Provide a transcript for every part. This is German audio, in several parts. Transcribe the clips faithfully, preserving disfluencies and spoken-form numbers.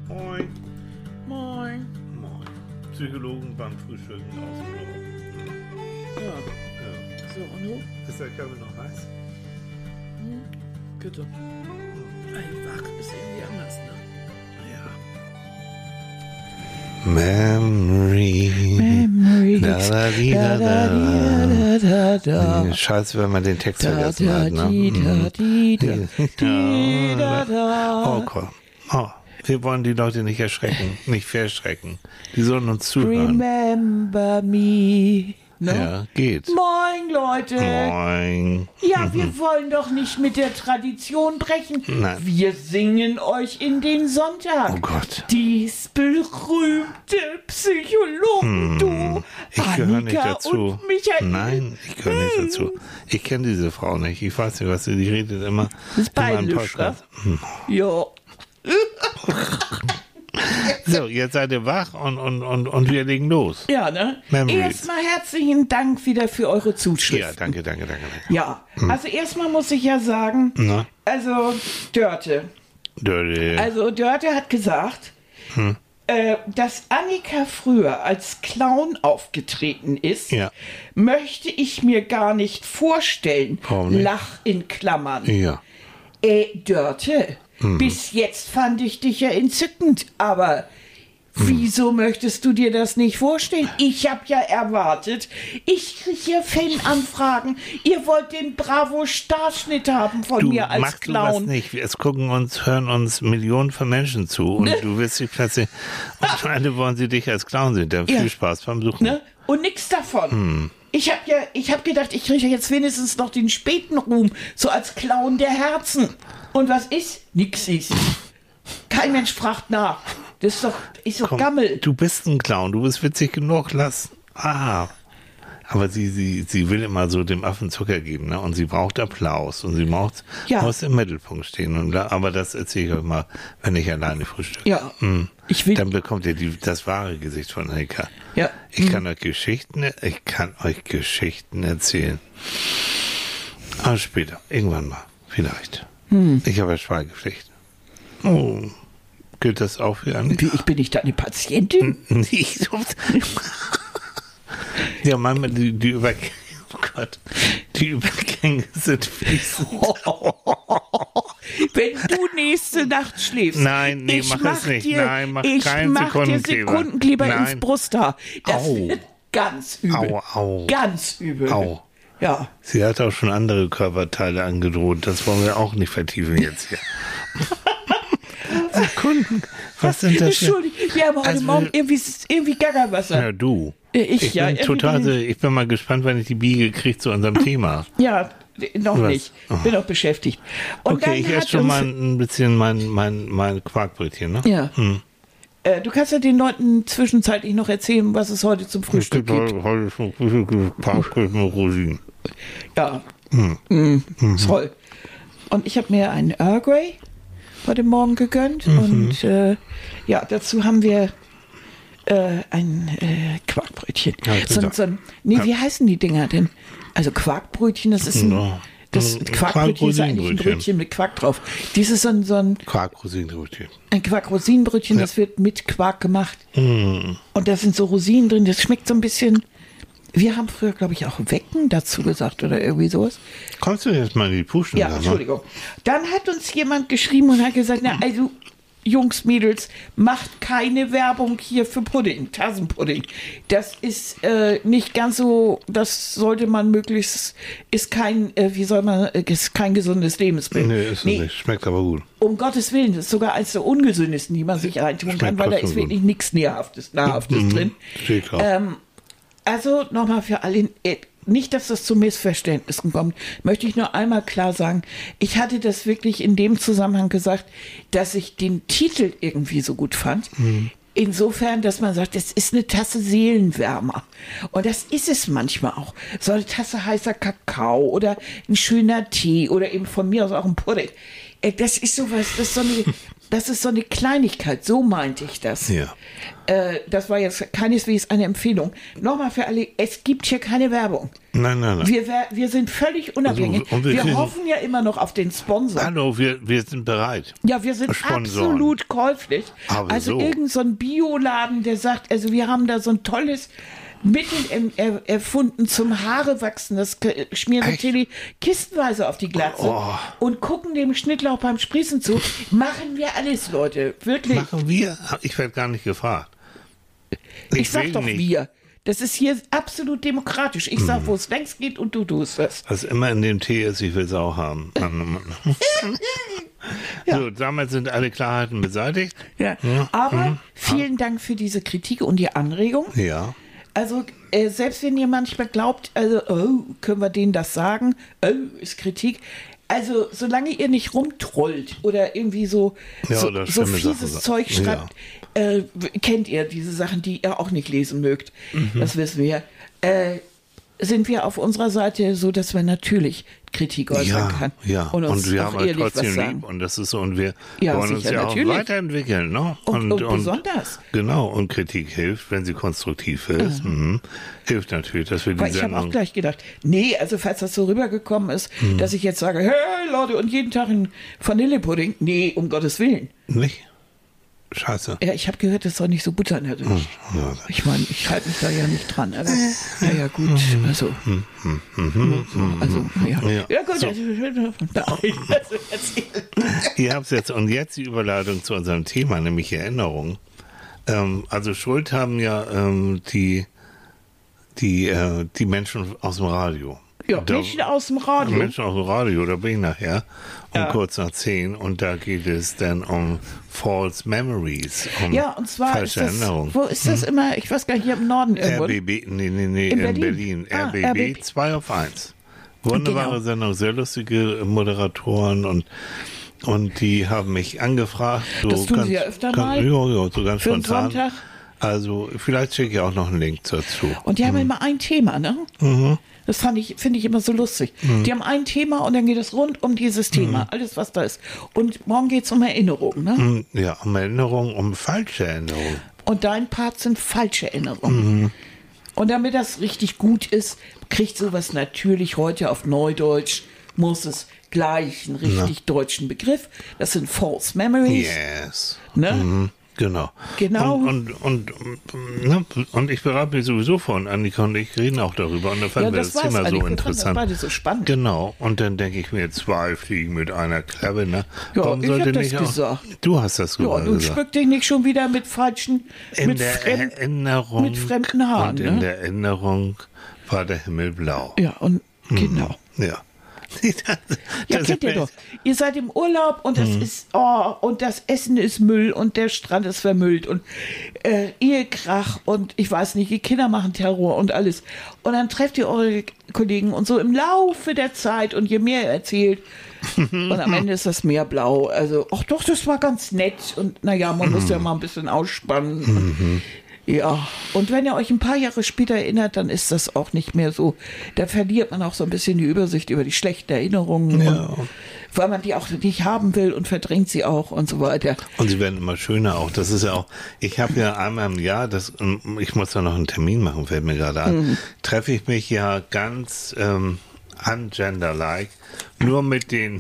Moin. Moin. Moin. Psychologen beim Frühstücken aus dem Büro. Ja. Ja. So, und du? Ist der Körper noch heiß? Hm. Bitte. Hm. Ey, wach ist irgendwie anders, ne? Ja. Memory. Memories. Da, da, di, da, da, da, da, da, da. Scheiße, wenn man den Text Da, vergessen da, hat, ne? di, da, di, da, Mhm. di, da, da. Oh, komm. Oh, wir wollen die Leute nicht erschrecken, nicht verschrecken. Die sollen uns zuhören. Remember me. Ne? Ja, geht. Moin, Leute. Moin. Ja, wir wollen doch nicht mit der Tradition brechen. Nein. Wir singen euch in den Sonntag. Oh Gott. Dies berühmte Psychologen, du, Ich gehöre nicht Annika dazu. und Michael. Nein, ich gehöre nicht dazu. Ich kenne diese Frau nicht. Ich weiß nicht, was sie, die redet immer Das ist in meinem peinlich, Podcast. Ja. So, jetzt seid ihr wach und, und, und, und wir legen los. Ja, ne? Memories. Erstmal herzlichen Dank wieder für eure Zuschrift. Ja, danke, danke, danke. danke. Ja, also erstmal muss ich ja sagen, Na, also Dörte. Dirty. Also Dörte hat gesagt, äh, dass Annika früher als Clown aufgetreten ist, Ja. möchte ich mir gar nicht vorstellen. Warum nicht? Lach in Klammern. Ja. Äh, Dörte, bis jetzt fand ich dich ja entzückend, aber wieso möchtest du dir das nicht vorstellen? Ich habe ja erwartet, ich kriege hier Fan-Anfragen. Ihr wollt den Bravo-Starschnitt haben von Du mir als machst sowas Clown. nicht. Es gucken uns, hören uns Millionen von Menschen zu und du wirst dich plötzlich, und alle wollen sie dich als Clown sehen. Dann Ja. viel Spaß beim Suchen. Ne? Und nix davon. Hm. Ich habe ja, ich habe gedacht, ich kriege jetzt wenigstens noch den späten Ruhm, so als Clown der Herzen. Und was ist? Nix ist. Kein Mensch fragt nach. Das ist doch, ist doch Komm, Gammel. du bist ein Clown, du bist witzig genug, lass. Ah. Aber sie, sie, sie will immer so dem Affen Zucker geben, ne? Und sie braucht Applaus und sie braucht, Ja. muss im Mittelpunkt stehen. Und da, aber das erzähle ich euch mal, wenn ich alleine frühstücke. Ja. Hm. Ich will. Dann bekommt ihr die, das wahre Gesicht von Annika. Ja. Ich kann euch Geschichten, ich kann euch Geschichten erzählen. Aber später, irgendwann mal, vielleicht. Hm. Ich habe ja Schweigepflicht. Oh. Gilt das auch für Annika? Wie, ich bin nicht deine Patientin? Nicht so. Ja, manchmal die, die Übergänge, oh Gott, die Übergänge sind fließend. Wenn du nächste Nacht schläfst. Nein, nee, ich mach es nicht. Dir, Nein, mach ich keinen mach Sekundenkleber. dir Sekundenkleber Nein. ins Brusthaar. Das Au. wird ganz übel. Au, au. Ganz übel. Au. Ja. Sie hat auch schon andere Körperteile angedroht. Das wollen wir auch nicht vertiefen jetzt hier. Sekunden. Was sind das für... Entschuldigung, wir haben heute Also, Morgen irgendwie, irgendwie Gaggerwasser. Ja, du. Äh, Ich, Ich ja. bin total, irgendwie- ich bin mal gespannt, wenn ich die Biege kriege zu unserem Thema. Ja, noch Was? nicht. Bin noch beschäftigt. Und Okay, dann ich hat esse schon uns- mal ein bisschen mein, mein, mein Quarkbrötchen, ne? Ja. Äh, du kannst ja den Leuten zwischenzeitlich noch erzählen, was es heute zum Es Frühstück gibt gibt. heute, heute schon Quarkbrötchen mit Rosinen. Ja. Mm, toll. Und ich habe mir einen Earl Grey heute Morgen gegönnt. Und äh, ja, dazu haben wir äh, ein äh, Quarkbrötchen. Ja, ich so, bin so ein, nee, wie heißen die Dinger denn? Also Quarkbrötchen, das ist ein, Ja. das Ein Quarkbrötchen ist eigentlich ein Quark-Rosinenbrötchen. Brötchen mit Quark drauf. Dies ist so ein, so ein, Quark-Rosinenbrötchen. ein Quark-Rosinenbrötchen, das wird mit Quark gemacht. Und da sind so Rosinen drin, das schmeckt so ein bisschen. Wir haben früher, glaube ich, auch Wecken dazu gesagt oder irgendwie sowas. Kommst du jetzt mal in die Puschen? Ja, Entschuldigung. Dann hat uns jemand geschrieben und hat gesagt, na also Jungs, Mädels, macht keine Werbung hier für Pudding, Tassenpudding. Das ist äh, nicht ganz so, das sollte man möglichst, ist kein, äh, wie soll man, äh, ist kein gesundes Lebensmittel. Nee, ist es nicht. Schmeckt aber gut. Um Gottes Willen, das ist sogar eines der ungesündesten, die man sich reintun Schmeckt kann, weil da trotzdem ist gut. wirklich nichts Nährhaftes, Nahrhaftes drin. Steht drauf. Ähm, also nochmal für alle, äh, nicht, dass das zu Missverständnissen kommt, möchte ich nur einmal klar sagen, ich hatte das wirklich in dem Zusammenhang gesagt, dass ich den Titel irgendwie so gut fand. Insofern, dass man sagt, es ist eine Tasse Seelenwärmer. Und das ist es manchmal auch. So eine Tasse heißer Kakao oder ein schöner Tee oder eben von mir aus auch ein Pudding. Äh, Das ist sowas, das ist so eine, das ist so eine Kleinigkeit, so meinte ich das. Ja. Äh, das war jetzt keineswegs eine Empfehlung. Nochmal für alle, es gibt hier keine Werbung. Nein, nein, nein. Wir, wir sind völlig unabhängig. Also, wir wir kriegen, hoffen ja immer noch auf den Sponsor. Hallo, wir, wir sind bereit. Ja, wir sind Sponsoren. absolut käuflich. Aber also so. irgend so ein Bioladen, der sagt, also wir haben da so ein tolles Mittel em- er, erfunden zum Haare wachsen. Das k- schmieren wir Tilly kistenweise auf die Glatze Oh. und gucken dem Schnittlauch beim Sprießen zu. Machen wir alles, Leute. Wirklich. Machen wir? Ich werde gar nicht gefragt. Ich, Ich sag will doch nicht. wir. Das ist hier absolut demokratisch. Ich sag, wo es längst geht und du tust es. Was immer in dem Tee ist, ich will es auch haben. Ja. So, damit sind alle Klarheiten beseitigt. Ja. Aber vielen Dank für diese Kritik und die Anregung. Ja. Also, äh, selbst wenn ihr manchmal glaubt, also, oh, können wir denen das sagen? Oh, ist Kritik. Also, solange ihr nicht rumtrollt oder irgendwie so, Ja, so, oder so schlimme fieses Sachen Zeug sagt. schreibt, äh, kennt ihr diese Sachen, die ihr auch nicht lesen mögt. Mhm. Das wissen wir. Äh, sind wir auf unserer Seite so, dass wir natürlich Kritik äußern Ja, kann ja. und uns und wir auch haben halt ehrlich was trotzdem sagen. lieb und das ist so und wir Ja, wollen uns sicher, ja natürlich. auch weiterentwickeln, ne? Und- und besonders. Genau, und Kritik hilft, wenn sie konstruktiv ist, mhm. hilft natürlich, dass wir die Weil ich habe auch Sendung... gleich gedacht, nee, also falls das so rübergekommen ist, Mhm. dass ich jetzt sage, hey Leute, und jeden Tag ein Vanillepudding, nee, um Gottes Willen. Nicht? Scheiße. Ja, ich habe gehört, das soll nicht so butternötig. Ja. Ich meine, ich halte mich da ja nicht dran, aber naja, gut, also, also, ja. Ja. Ja, gut, So. also, nein, also, erzähl. Ihr habt jetzt, und jetzt die Überleitung zu unserem Thema, nämlich Erinnerung. Ähm, also Schuld haben ja ähm, die, die, äh, die Menschen aus dem Radio. Ja, Da- Menschen aus dem Radio. Menschen aus dem Radio, da bin ich nachher um Ja. kurz nach zehn und da geht es dann um False Memories, um Ja, und zwar ist falsche das, Erinnerungen. wo ist das immer, ich weiß gar nicht, hier im Norden irgendwo. R B B, nee, nee, nee, In in, Berlin. Berlin. Ah, R B B R B B. zwei auf eins. Wunderbare Genau. Sendung, sehr lustige Moderatoren und und die haben mich angefragt. So Das tun ganz, sie ja öfter ganz, mal. Ja, ja, so ganz Für einen spontan. Sonntag. Also vielleicht schicke ich auch noch einen Link dazu. Und die haben immer ein Thema, ne? Mhm. Das fand ich, finde ich immer so lustig. Die haben ein Thema und dann geht es rund um dieses Thema, alles was da ist. Und morgen geht es um Erinnerungen, ne? Mhm. Ja, um Erinnerungen, um falsche Erinnerungen. Und dein Part sind falsche Erinnerungen. Und damit das richtig gut ist, kriegt sowas natürlich heute auf Neudeutsch, muss es gleich einen richtig deutschen Begriff. Das sind False Memories. Yes. Ne? Mhm. Genau. Genau. Und, und, und, ne, und ich berate mich sowieso von Annika und ich reden auch darüber. Und da fanden wir das, war's, Thema Annika. so Wir fanden das interessant. beide so spannend. Genau. Und dann denke ich mir, zwei Fliegen mit einer Klappe, ne? Ja, Warum ich sollte hab das nicht gesagt. Auch, du hast das Ja, gerade nun gesagt. spück dich nicht schon wieder mit falschen, In mit, der fremd, Erinnerung. mit fremden Haaren. Und in Ne? der Erinnerung war der Himmel blau. Ja, und genau. Ja. Das, Ja, das kennt ihr ist- doch. Ihr seid im Urlaub und das ist, oh, und das Essen ist Müll und der Strand ist vermüllt und äh, Ehekrach und ich weiß nicht, die Kinder machen Terror und alles. Und dann trefft ihr eure Kollegen und so im Laufe der Zeit und je mehr ihr erzählt, und am Ende ist das Meer blau. Also, ach doch, das war ganz nett und naja, man muss ja mal ein bisschen ausspannen. Und, ja, und wenn ihr euch ein paar Jahre später erinnert, dann ist das auch nicht mehr so. Da verliert man auch so ein bisschen die Übersicht über die schlechten Erinnerungen, Ja. und, weil man die auch nicht haben will und verdrängt sie auch und so weiter. Und sie werden immer schöner auch. Das ist ja auch, ich habe ja einmal im Jahr, das, ich muss da noch einen Termin machen, fällt mir gerade an, Mhm. treffe ich mich ja ganz ähm, ungender-like, nur mit den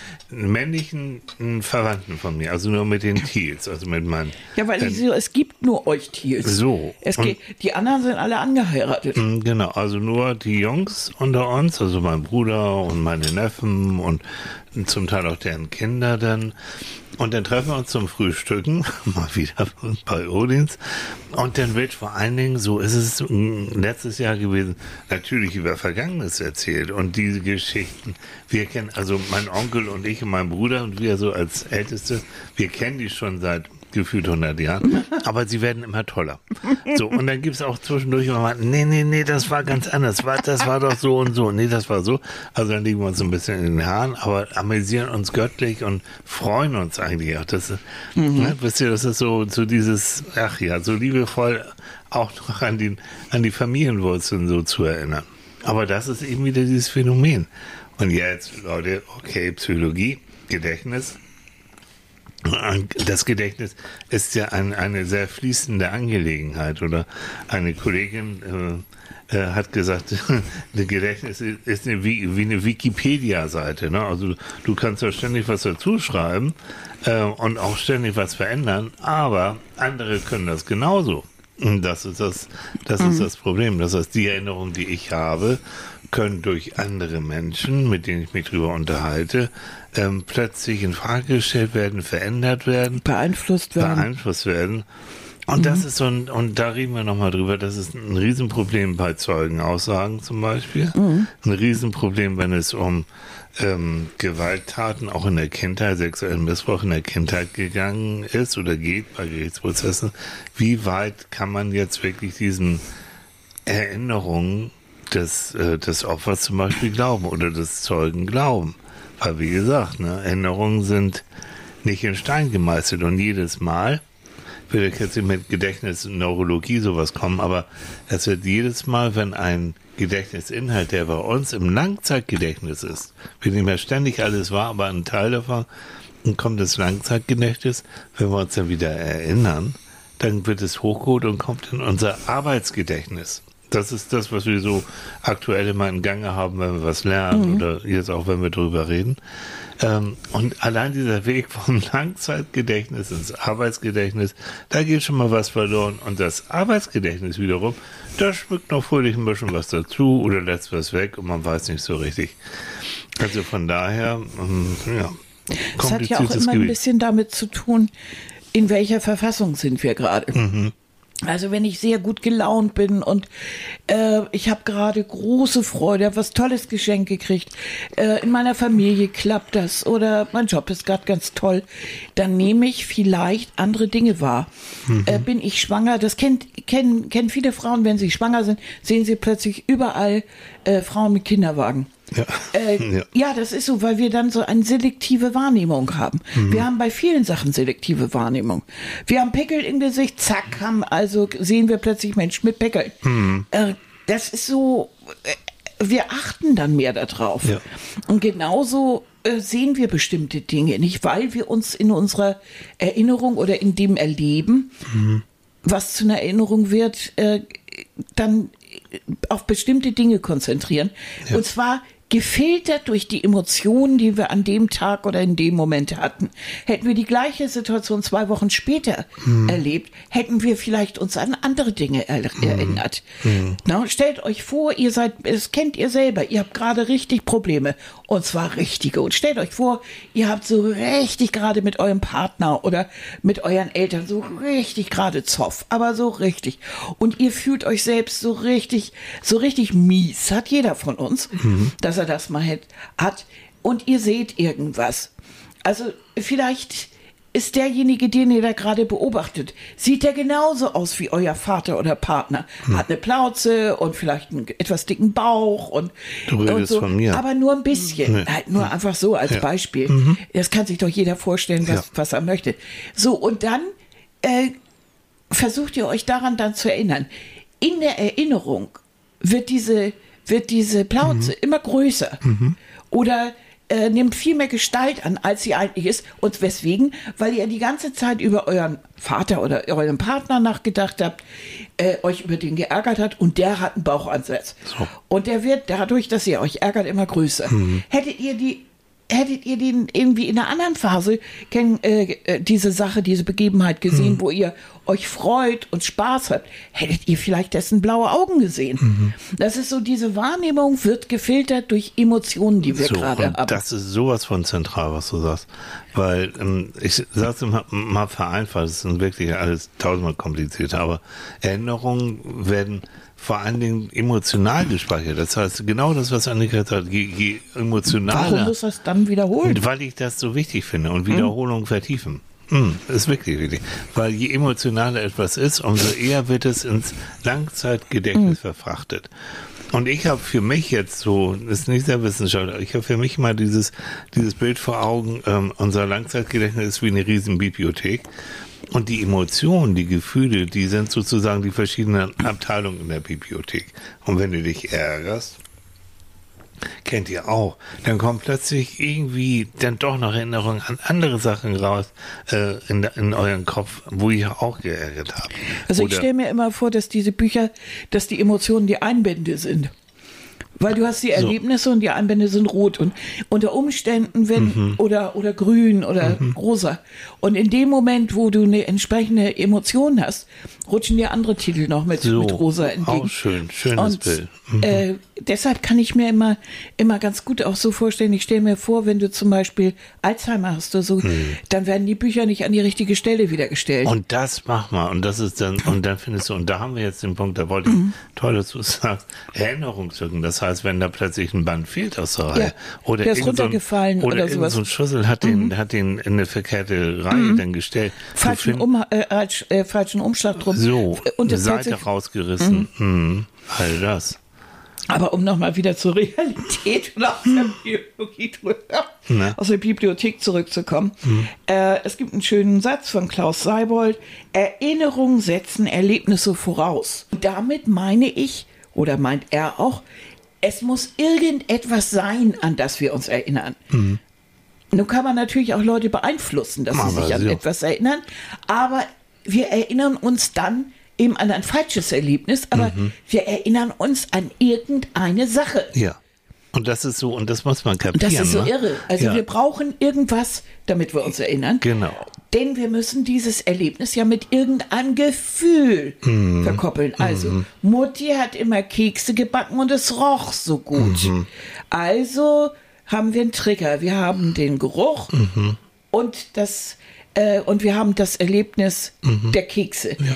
männlichen Verwandten von mir, also nur mit den Teals, also mit meinen. Ja, weil äh, ich so, es gibt nur euch Teals. So. Es Und- geht, die anderen sind alle angeheiratet. Mm, Genau, also nur die Jungs unter uns, also mein Bruder und meine Neffen und zum Teil auch deren Kinder dann. Und dann treffen wir uns zum Frühstücken, mal wieder bei Odins. Und dann wird vor allen Dingen, so ist es mm, letztes Jahr gewesen, natürlich über Vergangenes erzählt. Und diese Geschichten, wir kennen, also mein Onkel und ich und mein Bruder und wir so als Älteste, wir kennen die schon seit gefühlt hundert Jahren, aber sie werden immer toller. So, und dann gibt es auch zwischendurch immer mal, nee, nee, nee, das war ganz anders, war, das war doch so und so, nee, das war so. Also dann liegen wir uns ein bisschen in den Haaren, aber amüsieren uns göttlich und freuen uns eigentlich auch. Das, ne, wisst ihr, das ist so, so dieses, ach ja, so liebevoll auch noch an, den, an die Familienwurzeln so zu erinnern. Aber das ist eben wieder dieses Phänomen. Und jetzt, Leute, okay, Psychologie, Gedächtnis, Das Gedächtnis ist ja ein, eine sehr fließende Angelegenheit. Oder eine Kollegin äh, äh, hat gesagt, das Gedächtnis ist eine, wie, wie eine Wikipedia-Seite. Ne? Also du kannst ja ständig was dazu schreiben äh, und auch ständig was verändern, aber andere können das genauso. Und das ist das, das mhm. ist das Problem. Das heißt, die Erinnerungen, die ich habe, können durch andere Menschen, mit denen ich mich drüber unterhalte, ähm, plötzlich in Frage gestellt werden, verändert werden, beeinflusst werden. Beeinflusst werden. Und mhm. das ist so ein, und da reden wir nochmal drüber, das ist ein Riesenproblem bei Zeugenaussagen zum Beispiel. Mhm. Ein Riesenproblem, wenn es um ähm, Gewalttaten auch in der Kindheit, sexuellen Missbrauch in der Kindheit gegangen ist oder geht bei Gerichtsprozessen. Wie weit kann man jetzt wirklich diesen Erinnerungen des, äh, des Opfers zum Beispiel glauben oder des Zeugen glauben? Weil wie gesagt, ne, Erinnerungen sind nicht in Stein gemeißelt und jedes Mal, ich will jetzt nicht mit Gedächtnis und Neurologie sowas kommen, aber es wird jedes Mal, wenn ein Gedächtnisinhalt, der bei uns im Langzeitgedächtnis ist, wir nehmen ja ständig alles wahr, aber ein Teil davon kommt das Langzeitgedächtnis, wenn wir uns dann wieder erinnern, dann wird es hochgeholt und kommt in unser Arbeitsgedächtnis. Das ist das, was wir so aktuell immer in Gange haben, wenn wir was lernen mhm. oder jetzt auch, wenn wir drüber reden. Ähm, und allein dieser Weg vom Langzeitgedächtnis ins Arbeitsgedächtnis, da geht schon mal was verloren. Und das Arbeitsgedächtnis wiederum, da schmückt noch fröhlich ein bisschen was dazu oder lässt was weg und man weiß nicht so richtig. Also von daher, ähm, ja, es hat ja auch immer Gebiet. Ein bisschen damit zu tun, in welcher Verfassung sind wir gerade. Mhm. Also wenn ich sehr gut gelaunt bin und äh, ich habe gerade große Freude, habe was Tolles Geschenk gekriegt, äh, in meiner Familie klappt das oder mein Job ist gerade ganz toll, dann nehme ich vielleicht andere Dinge wahr. Mhm. Äh, bin ich schwanger, das kennt, kennen, kennen viele Frauen, wenn sie schwanger sind, sehen sie plötzlich überall äh, Frauen mit Kinderwagen. Ja. Äh, ja. ja, das ist so, weil wir dann so eine selektive Wahrnehmung haben. Mhm. Wir haben bei vielen Sachen selektive Wahrnehmung. Wir haben Pickel im Gesicht, zack, haben also sehen wir plötzlich Menschen mit Pickeln. Mhm. Äh, das ist so, äh, wir achten dann mehr darauf. Ja. Und genauso äh, sehen wir bestimmte Dinge nicht, weil wir uns in unserer Erinnerung oder in dem Erleben, mhm. was zu einer Erinnerung wird, äh, dann auf bestimmte Dinge konzentrieren. Ja. Und zwar gefiltert durch die Emotionen, die wir an dem Tag oder in dem Moment hatten. Hätten wir die gleiche Situation zwei Wochen später hm. erlebt, hätten wir vielleicht uns an andere Dinge er- hm. erinnert. Hm. Na, stellt euch vor, ihr seid, das kennt ihr selber, ihr habt gerade richtig Probleme, und zwar richtige. Und stellt euch vor, ihr habt so richtig gerade mit eurem Partner oder mit euren Eltern so richtig gerade Zoff, aber so richtig. Und ihr fühlt euch selbst so richtig, so richtig mies, hat jeder von uns, hm. dass er das mal hat, und ihr seht irgendwas. Also vielleicht ist derjenige, den ihr da gerade beobachtet, sieht der genauso aus wie euer Vater oder Partner. Hm. Hat eine Plauze und vielleicht einen etwas dicken Bauch und, du redest und so, von mir. Aber nur ein bisschen. Nee. Halt nur einfach so als ja. Beispiel. Mhm. Das kann sich doch jeder vorstellen, was, ja. was er möchte. So, und dann äh, versucht ihr euch daran dann zu erinnern. In der Erinnerung wird diese wird diese Plauze mhm. immer größer mhm. oder äh, nimmt viel mehr Gestalt an, als sie eigentlich ist. Und weswegen? Weil ihr die ganze Zeit über euren Vater oder euren Partner nachgedacht habt, äh, euch über den geärgert hat und der hat einen Bauchansatz. So. Und der wird dadurch, dass ihr euch ärgert, immer größer. Mhm. Hättet ihr die Hättet ihr den irgendwie in einer anderen Phase kenn, äh, diese Sache, diese Begebenheit gesehen, mhm. wo ihr euch freut und Spaß habt, hättet ihr vielleicht dessen blaue Augen gesehen. Mhm. Das ist so, diese Wahrnehmung wird gefiltert durch Emotionen, die wir so, gerade haben. Das ist sowas von zentral, was du sagst. Weil, ähm, ich sag's mal, mal vereinfacht, es ist wirklich alles tausendmal komplizierter, aber Erinnerungen werden vor allen Dingen emotional gespeichert. Das heißt, genau das, was Annika sagt, je, je emotionaler... Warum muss das dann wiederholen? Weil ich das so wichtig finde und Wiederholung hm. vertiefen. Hm, ist wirklich wichtig. Weil je emotionaler etwas ist, umso eher wird es ins Langzeitgedächtnis hm. verfrachtet. Und ich habe für mich jetzt so, das ist nicht sehr wissenschaftlich, ich habe für mich mal dieses, dieses Bild vor Augen, ähm, unser Langzeitgedächtnis ist wie eine riesen Bibliothek. Und die Emotionen, die Gefühle, die sind sozusagen die verschiedenen Abteilungen in der Bibliothek. Und wenn du dich ärgerst, Kennt ihr auch. Dann kommen plötzlich irgendwie dann doch noch Erinnerungen an andere Sachen raus äh, in, in euren Kopf, wo ihr auch geärgert habt. Also Oder ich stelle mir immer vor, dass diese Bücher, dass die Emotionen die Einbände sind. Weil du hast die Erlebnisse so. Und die Einbände sind rot und unter Umständen wenn mhm. oder oder grün oder mhm. rosa. Und in dem Moment, wo du eine entsprechende Emotion hast, rutschen dir andere Titel noch mit, so, mit rosa entgegen. Auch schön, schönes und, Bild. Mhm. Äh, deshalb kann ich mir immer immer ganz gut auch so vorstellen, ich stelle mir vor, wenn du zum Beispiel Alzheimer hast oder so, mhm. dann werden die Bücher nicht an die richtige Stelle wieder gestellt. Und das mach mal. Und das ist dann, und dann findest du, und da haben wir jetzt den Punkt, da wollte ich, mhm. toll, dass du sagst, Erinnerungslücken. Das heißt, wenn da plötzlich ein Band fehlt aus der Reihe, ja, oder der ist runtergefallen so ein, oder, oder sowas. so ein Schussel hat den, mhm. hat den in eine verkehrte Reihe mhm. dann gestellt. Falschen, find, um, äh, äh, falschen Umschlag drum. So, und eine Seite rausgerissen. Mhm. Mhm. All das. Aber um nochmal wieder zur Realität und aus der Biologie drüber, aus der Bibliothek zurückzukommen. Mhm. Äh, es gibt einen schönen Satz von Klaus Seibold: Erinnerungen setzen Erlebnisse voraus. Und damit meine ich, oder meint er auch, es muss irgendetwas sein, an das wir uns erinnern. Mhm. Nun kann man natürlich auch Leute beeinflussen, dass sie sich an so. etwas erinnern, aber wir erinnern uns dann eben an ein falsches Erlebnis, aber mhm. wir erinnern uns an irgendeine Sache. Ja. Und das ist so, und das muss man kapieren. Und das ist so ne? irre. Also ja. wir brauchen irgendwas, damit wir uns erinnern. Genau. Denn wir müssen dieses Erlebnis ja mit irgendeinem Gefühl mhm. verkoppeln. Also mhm. Mutti hat immer Kekse gebacken und es roch so gut. Mhm. Also haben wir einen Trigger. Wir haben den Geruch mhm. und das äh, und wir haben das Erlebnis mhm. der Kekse. Ja.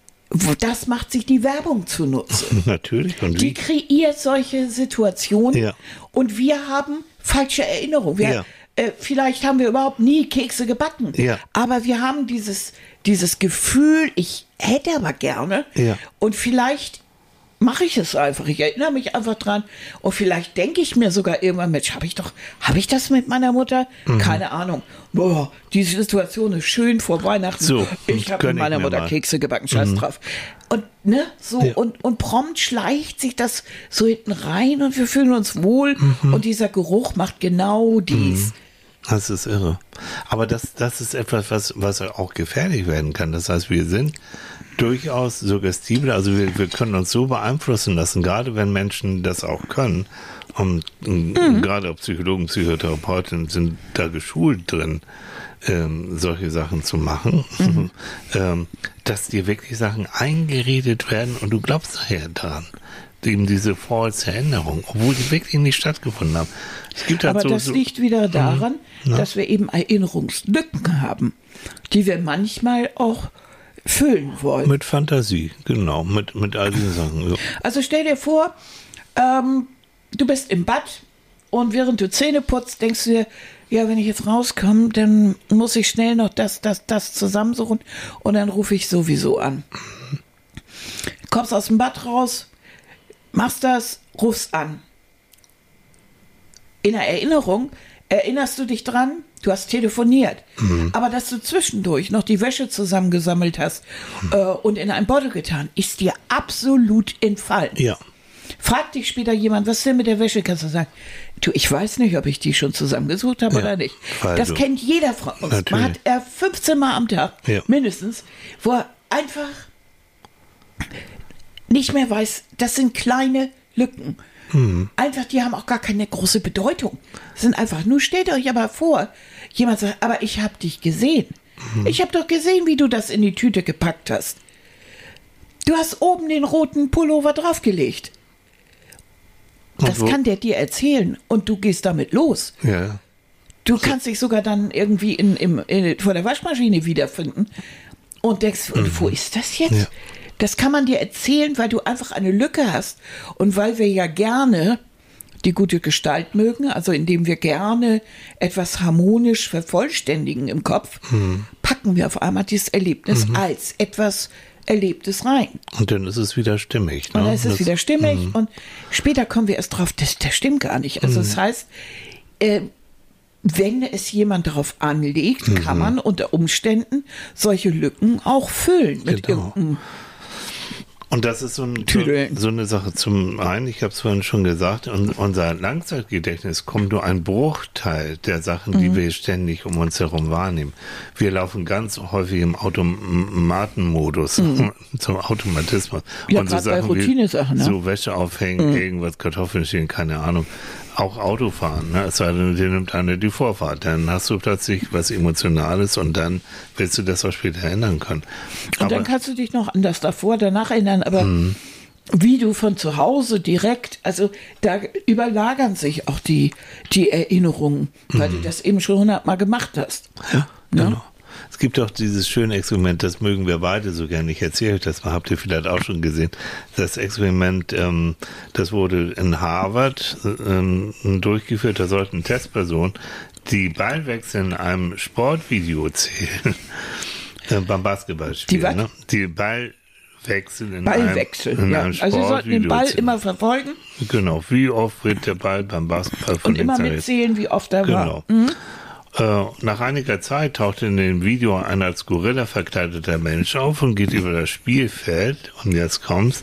Das macht sich die Werbung zunutze. Natürlich. Und die kreiert solche Situationen ja. und wir haben falsche Erinnerungen. Wir, ja. äh, vielleicht haben wir überhaupt nie Kekse gebacken, ja. aber wir haben dieses, dieses Gefühl, ich hätte aber gerne ja. und vielleicht mache ich es einfach. Ich erinnere mich einfach dran und vielleicht denke ich mir sogar irgendwann, Mensch, habe ich doch, habe ich das mit meiner Mutter? Mhm. Keine Ahnung. Boah, die Situation ist schön vor Weihnachten. So, ich habe mit meiner Mutter mal. Kekse gebacken, scheiß mhm. drauf. Und ne, so ja. und und prompt schleicht sich das so hinten rein und wir fühlen uns wohl mhm. und dieser Geruch macht genau dies. Mhm. Das ist irre. Aber das, das ist etwas, was, was auch gefährlich werden kann. Das heißt, wir sind durchaus suggestibel, also wir, wir können uns so beeinflussen lassen, gerade wenn Menschen das auch können. Und, mhm. gerade auch Psychologen, Psychotherapeuten sind da geschult drin, ähm, solche Sachen zu machen, mhm. ähm, dass dir wirklich Sachen eingeredet werden und du glaubst nachher daran. Eben diese falsche Erinnerung, obwohl die wirklich nicht stattgefunden haben. Es gibt halt Aber so, das so, liegt wieder daran, ja. dass wir eben Erinnerungslücken haben, die wir manchmal auch füllen wollen. Mit Fantasie, genau, mit, mit all diesen Sachen. So. Also stell dir vor, ähm, du bist im Bad und während du Zähne putzt, denkst du dir, ja, wenn ich jetzt rauskomme, dann muss ich schnell noch das, das, das zusammensuchen und dann rufe ich sowieso an. Kommst aus dem Bad raus, machst das, rufst an. In der Erinnerung erinnerst du dich dran, du hast telefoniert, mhm. aber dass du zwischendurch noch die Wäsche zusammengesammelt hast mhm. äh, und in einen Beutel getan, ist dir absolut entfallen. Ja. Fragt dich später jemand, was ist denn mit der Wäsche? Kannst du sagen, du, ich weiß nicht, ob ich die schon zusammengesucht habe ja, oder nicht. Das kennt jeder von uns. Natürlich. Man hat er fünfzehn Mal am Tag, ja. mindestens, wo er einfach nicht mehr weiß, das sind kleine Lücken. Mhm. Einfach, die haben auch gar keine große Bedeutung. Das sind einfach, nur stellt euch aber vor, jemand sagt, aber ich habe dich gesehen. Mhm. Ich habe doch gesehen, wie du das in die Tüte gepackt hast. Du hast oben den roten Pullover draufgelegt. Das kann der dir erzählen und du gehst damit los. Ja. Du kannst dich sogar dann irgendwie in, in, in, vor der Waschmaschine wiederfinden und denkst, mhm. wo ist das jetzt? Ja. Das kann man dir erzählen, weil du einfach eine Lücke hast und weil wir ja gerne die gute Gestalt mögen, also indem wir gerne etwas harmonisch vervollständigen im Kopf, mhm. packen wir auf einmal dieses Erlebnis mhm. als etwas Erlebtes rein. Und dann ist es wieder stimmig. Ne? Und dann ist es das, wieder stimmig mhm. und später kommen wir erst drauf, das, das stimmt gar nicht. Also mhm. das heißt, äh, wenn es jemand darauf anlegt, mhm. kann man unter Umständen solche Lücken auch füllen mit genau. irgendeinem Und das ist so, ein, so, so eine Sache. Zum einen, ich habe es vorhin schon gesagt, un, unser Langzeitgedächtnis kommt nur ein Bruchteil der Sachen, die mhm. wir ständig um uns herum wahrnehmen. Wir laufen ganz häufig im Automatenmodus, mhm. zum Automatismus. Ja, und so Sachen bei Routinesachen, wie, ne? so Wäsche aufhängen, mhm. irgendwas, Kartoffeln stehen, keine Ahnung. Auch Autofahren, ne? Es sei denn, dir nimmt einer die Vorfahrt, dann hast du plötzlich was Emotionales und dann willst du das auch später ändern können. Und aber, dann kannst du dich noch an das davor, danach erinnern, aber mh. wie du von zu Hause direkt, also da überlagern sich auch die, die Erinnerungen, weil mh. du das eben schon hundertmal gemacht hast. Ja, genau. Ja? Es gibt auch dieses schöne Experiment, das mögen wir beide so gerne. Ich erzähle euch das mal, habt ihr vielleicht auch schon gesehen. Das Experiment, ähm, das wurde in Harvard ähm, durchgeführt. Da sollten Testpersonen die Ballwechsel in einem Sportvideo zählen. äh, beim Basketballspiel. Die, ne? die Ballwechsel in Ballwechsel, einem, in ja. einem Also Sie sollten den Ball zählen. immer verfolgen. Genau, wie oft wird der Ball beim Basketball von Und immer mitzählen, wie oft er genau. war. Mhm. Nach einiger Zeit taucht in dem Video ein als Gorilla verkleideter Mensch auf und geht über das Spielfeld. Und jetzt kommt's.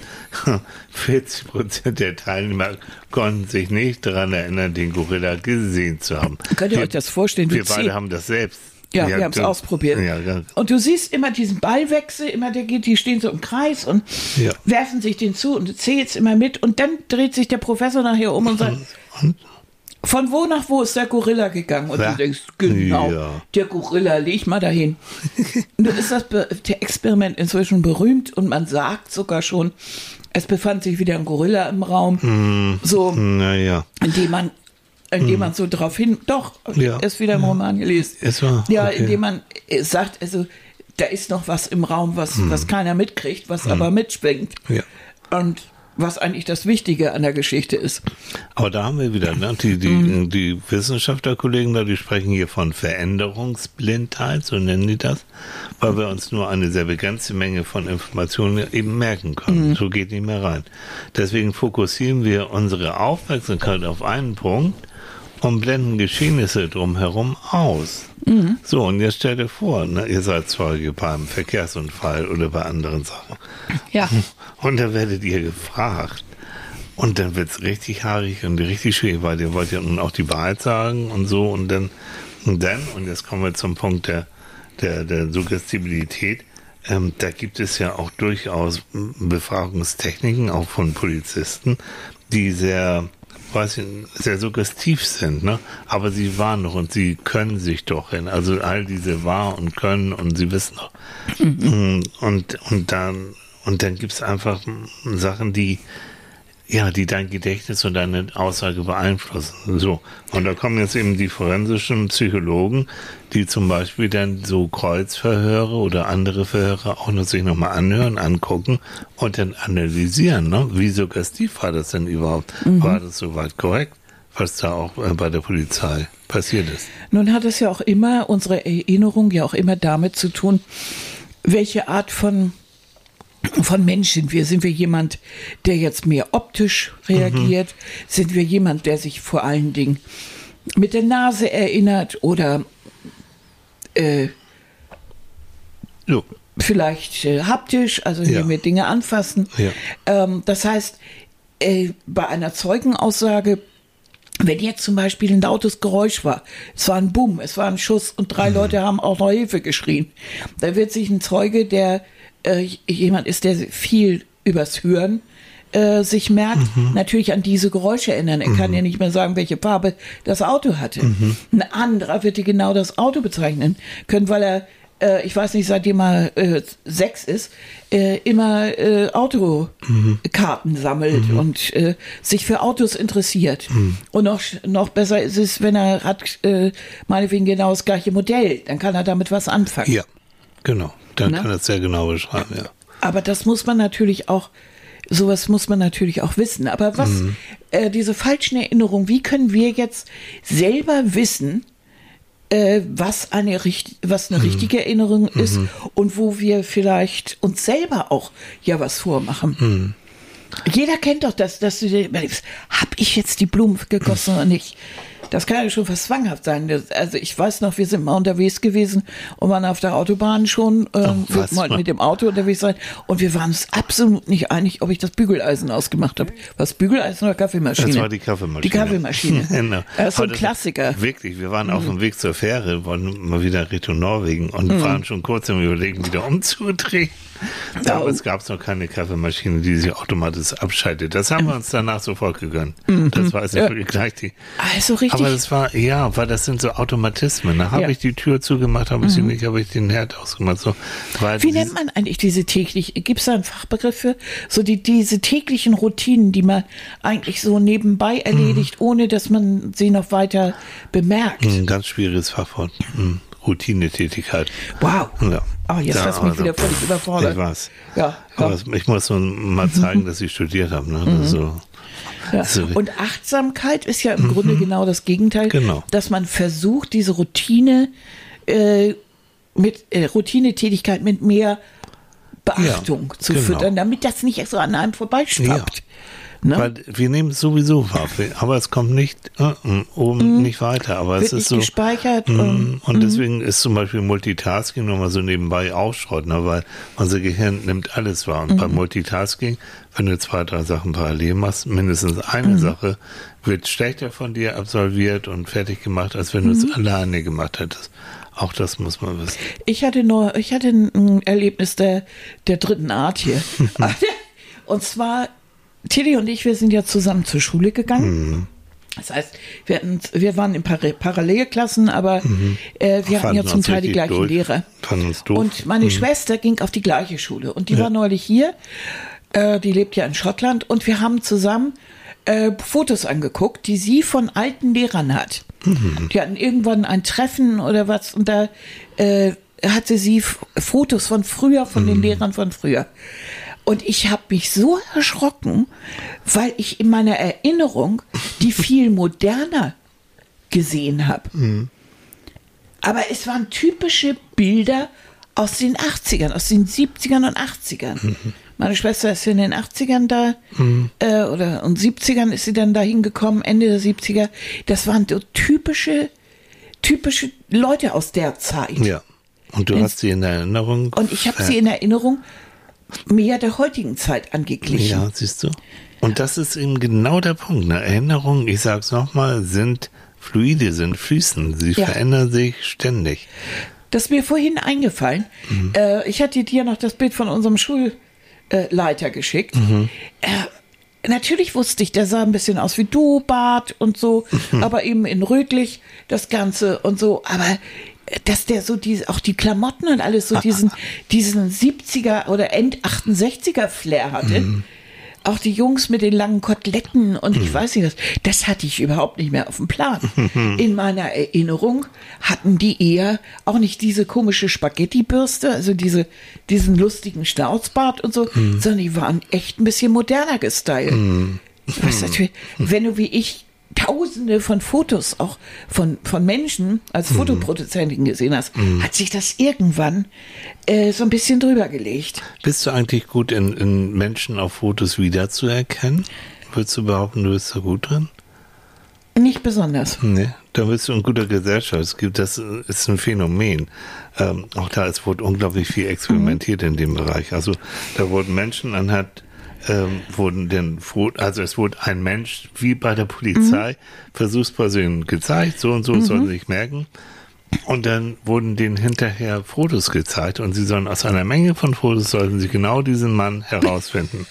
vierzig Prozent der Teilnehmer konnten sich nicht daran erinnern, den Gorilla gesehen zu haben. Könnt ihr wir, euch das vorstellen? Wir beide haben das selbst. Ja, wir, wir haben es ausprobiert. Ja, ja. Und du siehst immer diesen Ballwechsel, immer der geht, die stehen so im Kreis und ja. werfen sich den zu und du zählst immer mit. Und dann dreht sich der Professor nachher um und sagt, und? Von wo nach wo ist der Gorilla gegangen? Und ja. du denkst, genau, ja. der Gorilla, leg mal dahin. Nun ist das Be- der Experiment inzwischen berühmt und man sagt sogar schon, es befand sich wieder ein Gorilla im Raum. Mm, so, naja. indem man, indem mm. man so drauf hin, doch, ja. ist wieder im Roman gelesen. Es war, ja, okay. indem man sagt, also da ist noch was im Raum, was, mm. was keiner mitkriegt, was mm. aber mitschwingt. Ja. Und was eigentlich das Wichtige an der Geschichte ist. Aber da haben wir wieder, ne? die, die, mhm. die Wissenschaftlerkollegen da, die sprechen hier von Veränderungsblindheit, so nennen die das, weil wir uns nur eine sehr begrenzte Menge von Informationen eben merken können. Mhm. So geht nicht mehr rein. Deswegen fokussieren wir unsere Aufmerksamkeit auf einen Punkt und blenden Geschehnisse drumherum aus. Mhm. So, und jetzt stellt ihr vor, ne, ihr seid Zeuge beim Verkehrsunfall oder bei anderen Sachen. Ja. Und dann werdet ihr gefragt. Und dann wird's richtig haarig und richtig schwierig, weil ihr wollt ja nun auch die Wahrheit sagen und so. Und dann, und dann, und jetzt kommen wir zum Punkt der, der, der Suggestibilität. Ähm, da gibt es ja auch durchaus Befragungstechniken, auch von Polizisten, die sehr, weiß ich, sehr suggestiv sind, ne? Aber sie waren doch und sie können sich doch hin. Also all diese wahr und können und sie wissen doch. Mhm. Und, und dann, und dann gibt's einfach Sachen, die, ja, die dein Gedächtnis und deine Aussage beeinflussen. So. Und da kommen jetzt eben die forensischen Psychologen, die zum Beispiel dann so Kreuzverhöre oder andere Verhöre auch noch sich nochmal anhören, angucken und dann analysieren, ne? Wie suggestiv war das denn überhaupt? Mhm. War das soweit korrekt, was da auch bei der Polizei passiert ist? Nun hat es ja auch immer, unsere Erinnerung ja auch immer damit zu tun, welche Art von von Mensch sind wir? Sind wir jemand, der jetzt mehr optisch reagiert? Mhm. Sind wir jemand, der sich vor allen Dingen mit der Nase erinnert oder äh, so. vielleicht äh, haptisch, also indem ja. wir Dinge anfassen? Ja. Ähm, das heißt, äh, bei einer Zeugenaussage, wenn jetzt zum Beispiel ein lautes Geräusch war, es war ein Bumm, es war ein Schuss und drei mhm. Leute haben auch noch Hilfe geschrien, da wird sich ein Zeuge, der äh, jemand ist, der viel übers Hören äh, sich merkt, mhm. natürlich an diese Geräusche erinnern. Er mhm. kann ja nicht mehr sagen, welche Farbe das Auto hatte. Mhm. Ein anderer wird dir genau das Auto bezeichnen können, weil er, äh, ich weiß nicht, seitdem er äh, sechs ist, äh, immer äh, Autokarten mhm. sammelt mhm. und äh, sich für Autos interessiert. Mhm. Und noch, noch besser ist es, wenn er hat äh, meinetwegen genau das gleiche Modell, dann kann er damit was anfangen. Ja, genau. Dann Na? kann er es sehr genau beschreiben, ja. Aber das muss man natürlich auch, sowas muss man natürlich auch wissen. Aber was, mhm. äh, diese falschen Erinnerungen, wie können wir jetzt selber wissen, äh, was eine, was eine mhm. richtige Erinnerung ist mhm. und wo wir vielleicht uns selber auch ja was vormachen? Mhm. Jeder kennt doch das, dass du dir überlegst, hab ich jetzt die Blumen gegossen oder nicht? Das kann ja schon fast zwanghaft sein. Das, also ich weiß noch, wir sind mal unterwegs gewesen und waren auf der Autobahn schon, äh, oh, wir wollten mit dem Auto unterwegs sein und wir waren uns absolut nicht einig, ob ich das Bügeleisen ausgemacht habe. Was, Bügeleisen oder Kaffeemaschine? Das war die Kaffeemaschine. Die Kaffeemaschine. Genau. Das ist so ein das, Klassiker. Wirklich, wir waren auf dem Weg zur Fähre, wollten mal wieder Richtung Norwegen und Mhm. waren schon kurz im Überlegen, wieder umzudrehen. Damals oh. gab es noch keine Kaffeemaschine, die sich automatisch abschaltet. Das haben wir uns danach sofort gegönnt. Mhm. Das war also ja. gleich die. Also richtig. Aber das war, ja, weil das sind so Automatismen. Da habe ja. ich die Tür zugemacht, habe ich mhm. nicht, habe ich den Herd ausgemacht. So, Wie nennt man eigentlich diese täglichen, gibt es da einen Fachbegriff für? So die, diese täglichen Routinen, die man eigentlich so nebenbei erledigt, mhm. ohne dass man sie noch weiter bemerkt. Ein ganz schwieriges Fachwort. Mhm. Routinetätigkeit. Wow. Ja. Oh, jetzt ja, hast du mich also, wieder völlig überfordert. Ich weiß. Ja, aber ja. ich muss nur mal zeigen, dass ich studiert habe. Ne? Mhm. Also, ja. so. Und Achtsamkeit ist ja im mhm. Grunde genau das Gegenteil. Genau. Dass man versucht, diese Routine äh, mit äh, Routinetätigkeit mit mehr Beachtung ja, zu genau. füttern, damit das nicht so an einem vorbeischwappt. Ja. Ne? Weil wir nehmen es sowieso wahr, aber es kommt nicht uh, oben mm. nicht weiter. Aber Wird es ist nicht so gespeichert. Mm, und, und mm. deswegen ist zum Beispiel Multitasking nochmal so nebenbei ausschrott, ne? Weil unser Gehirn nimmt alles wahr. Und mm. beim Multitasking, wenn du zwei, drei Sachen parallel machst, mindestens eine mm. Sache wird schlechter von dir absolviert und fertig gemacht, als wenn du es mm. alleine gemacht hättest. Auch das muss man wissen. Ich hatte nur, ich hatte ein Erlebnis der, der dritten Art hier. Und zwar Tilly und ich, wir sind ja zusammen zur Schule gegangen. Mhm. Das heißt, wir, hatten, wir waren in Par- Parallelklassen, aber mhm. äh, wir hatten ja zum Teil die gleichen durch. Lehrer. Und meine mhm. Schwester ging auf die gleiche Schule. Und die ja. war neulich hier. Äh, die lebt ja in Schottland. Und wir haben zusammen äh, Fotos angeguckt, die sie von alten Lehrern hat. Mhm. Die hatten irgendwann ein Treffen oder was. Und da äh, hatte sie F- Fotos von früher, von mhm. den Lehrern von früher. Und ich habe mich so erschrocken, weil ich in meiner Erinnerung die viel moderner gesehen habe. Mhm. Aber es waren typische Bilder aus den achtzigern, aus den siebzigern und achtzigern. Mhm. Meine Schwester ist in den achtzigern da, mhm. äh, oder und siebzigern ist sie dann dahin gekommen, Ende der siebziger. Das waren so typische, typische Leute aus der Zeit. Ja. Und du in, hast sie in Erinnerung? Und ich habe äh, sie in Erinnerung mehr der heutigen Zeit angeglichen. Ja, siehst du. Und das ist eben genau der Punkt. Ne? Erinnerungen, ich sag's nochmal, sind fluide, sind fließend. Sie ja. verändern sich ständig. Das ist mir vorhin eingefallen. Mhm. Äh, ich hatte dir noch das Bild von unserem Schulleiter geschickt. Mhm. Äh, natürlich wusste ich, der sah ein bisschen aus wie du, Bart und so, mhm. aber eben in rötlich das Ganze und so. Aber dass der so diese, auch die Klamotten und alles so diesen, diesen siebziger oder End achtundsechziger Flair hatte. Mhm. Auch die Jungs mit den langen Koteletten und mhm. ich weiß nicht was, das hatte ich überhaupt nicht mehr auf dem Plan. Mhm. In meiner Erinnerung hatten die eher auch nicht diese komische Spaghetti-Bürste, also diese, diesen lustigen Schnauzbart und so, mhm. sondern die waren echt ein bisschen moderner gestylt. Mhm. Was natürlich, wenn du wie ich Tausende von Fotos auch von, von Menschen als mhm. Fotoproduzentin gesehen hast, mhm. hat sich das irgendwann äh, so ein bisschen drüber gelegt. Bist du eigentlich gut in, in Menschen auf Fotos wiederzuerkennen? Würdest du behaupten, du bist da gut drin? Nicht besonders. Nee, da bist du in guter Gesellschaft. Es gibt, das ist ein Phänomen. Ähm, auch da, es wurde unglaublich viel experimentiert mhm. in dem Bereich. Also da wurden Menschen anhand Ähm, wurden denn, also es wurde ein Mensch, wie bei der Polizei, mhm. Versuchspersonen gezeigt, so und so, mhm. sollen sie sich merken. Und dann wurden denen hinterher Fotos gezeigt und sie sollen aus einer Menge von Fotos, sollten sie genau diesen Mann herausfinden.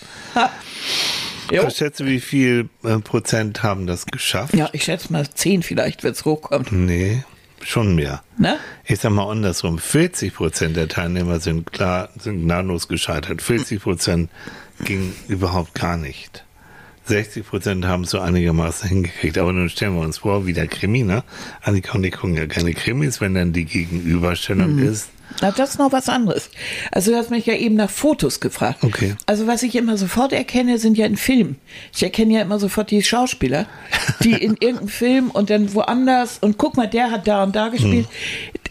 Ich schätze, wie viel äh, Prozent haben das geschafft? Ja, ich schätze mal zehn vielleicht, wenn es hochkommt. Nee, schon mehr. Na? Ich sag mal andersrum, vierzig Prozent der Teilnehmer sind klar, sind gnadenlos gescheitert. vierzig Prozent ging überhaupt gar nicht. sechzig Prozent haben es so einigermaßen hingekriegt. Aber nun stellen wir uns vor, wie der Krimi, ne? Annika und ich gucken ja keine Krimis, wenn dann die Gegenüberstellung mhm. ist. Na, das ist noch was anderes. Also du hast mich ja eben nach Fotos gefragt. Okay. Also was ich immer sofort erkenne, sind ja in Filmen. Ich erkenne ja immer sofort die Schauspieler, die in irgendeinem Film und dann woanders und guck mal, der hat da und da gespielt. Hm.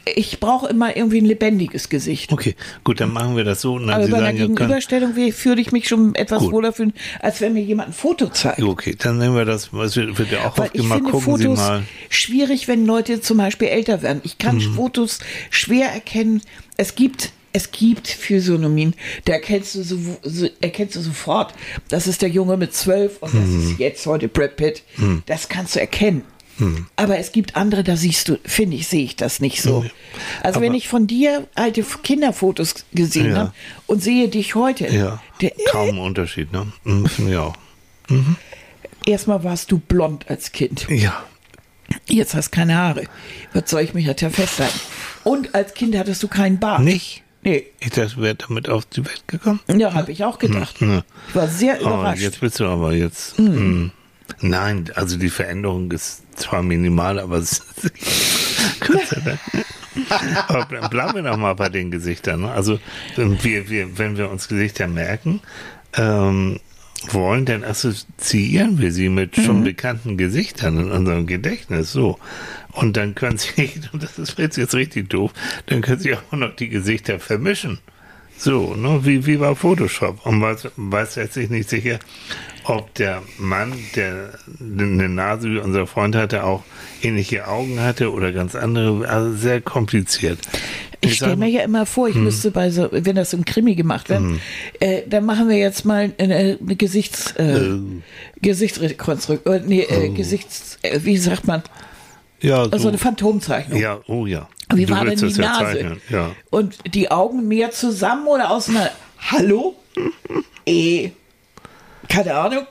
Ich brauche immer irgendwie ein lebendiges Gesicht. Okay, gut, dann machen wir das so. Und dann Aber Sie bei einer sagen, ja, können- Gegenüberstellung wie- würde ich mich schon etwas Gut. wohler fühlen, als wenn mir jemand ein Foto zeigt. Okay, dann nehmen wir das, was wird wird ja auch Weil oft ich gemacht, finde gucken Sie Fotos mal. schwierig, wenn Leute zum Beispiel älter werden. Ich kann Mhm. Fotos schwer erkennen. Es gibt, es gibt Physiognomien, da erkennst du, so, so, erkennst du sofort, das ist der Junge mit zwölf und das Mhm. ist jetzt heute Brad Pitt. Das kannst du erkennen. Aber es gibt andere, da siehst du, finde ich, sehe ich das nicht so. Also Aber- wenn ich von dir alte Kinderfotos gesehen Ja. habe und sehe dich heute, Ja, der, kaum Unterschied, ne? Mhm, finde ich auch. erstmal warst du blond als Kind. Ja, Jetzt hast du keine Haare. Was soll ich mich jetzt ja festhalten? Und als Kind hattest du keinen Bart. nicht? Nee. Ich dachte, du wärst damit auf die Welt gekommen. Ja, habe ich auch gedacht. Ja. Ich war sehr Oh, überrascht. jetzt bist du aber jetzt. Mhm. Nein, also die Veränderung ist zwar minimal, aber es Gott sei Dank. Aber ble- bleiben wir noch mal bei den Gesichtern. Ne? Also wir, wir, wenn wir uns Gesichter merken, ähm, wollen, dann assoziieren wir sie mit schon bekannten Gesichtern in unserem Gedächtnis. So. Und dann können sie, und das ist jetzt richtig doof, dann können sie auch noch die Gesichter vermischen. So, ne, wie, wie bei Photoshop. Und weiß, weiß letztlich nicht sicher, ob der Mann, der eine Nase wie unser Freund hatte, auch ähnliche Augen hatte oder ganz andere. Also sehr kompliziert. Ich stelle mir ja immer vor, ich müsste bei so, wenn das im Krimi gemacht wird, äh, dann machen wir jetzt mal eine, eine Gesichts, äh, Gesichtsrekonstruktion, äh, nee, äh, Gesichts, äh, wie sagt man, Ja, so, also eine Phantomzeichnung. ja, oh ja. Wie Du war denn willst die das ja Nase? zeichnen, ja. Und die Augen mehr zusammen oder auseinander? Hallo? eh, keine Ahnung.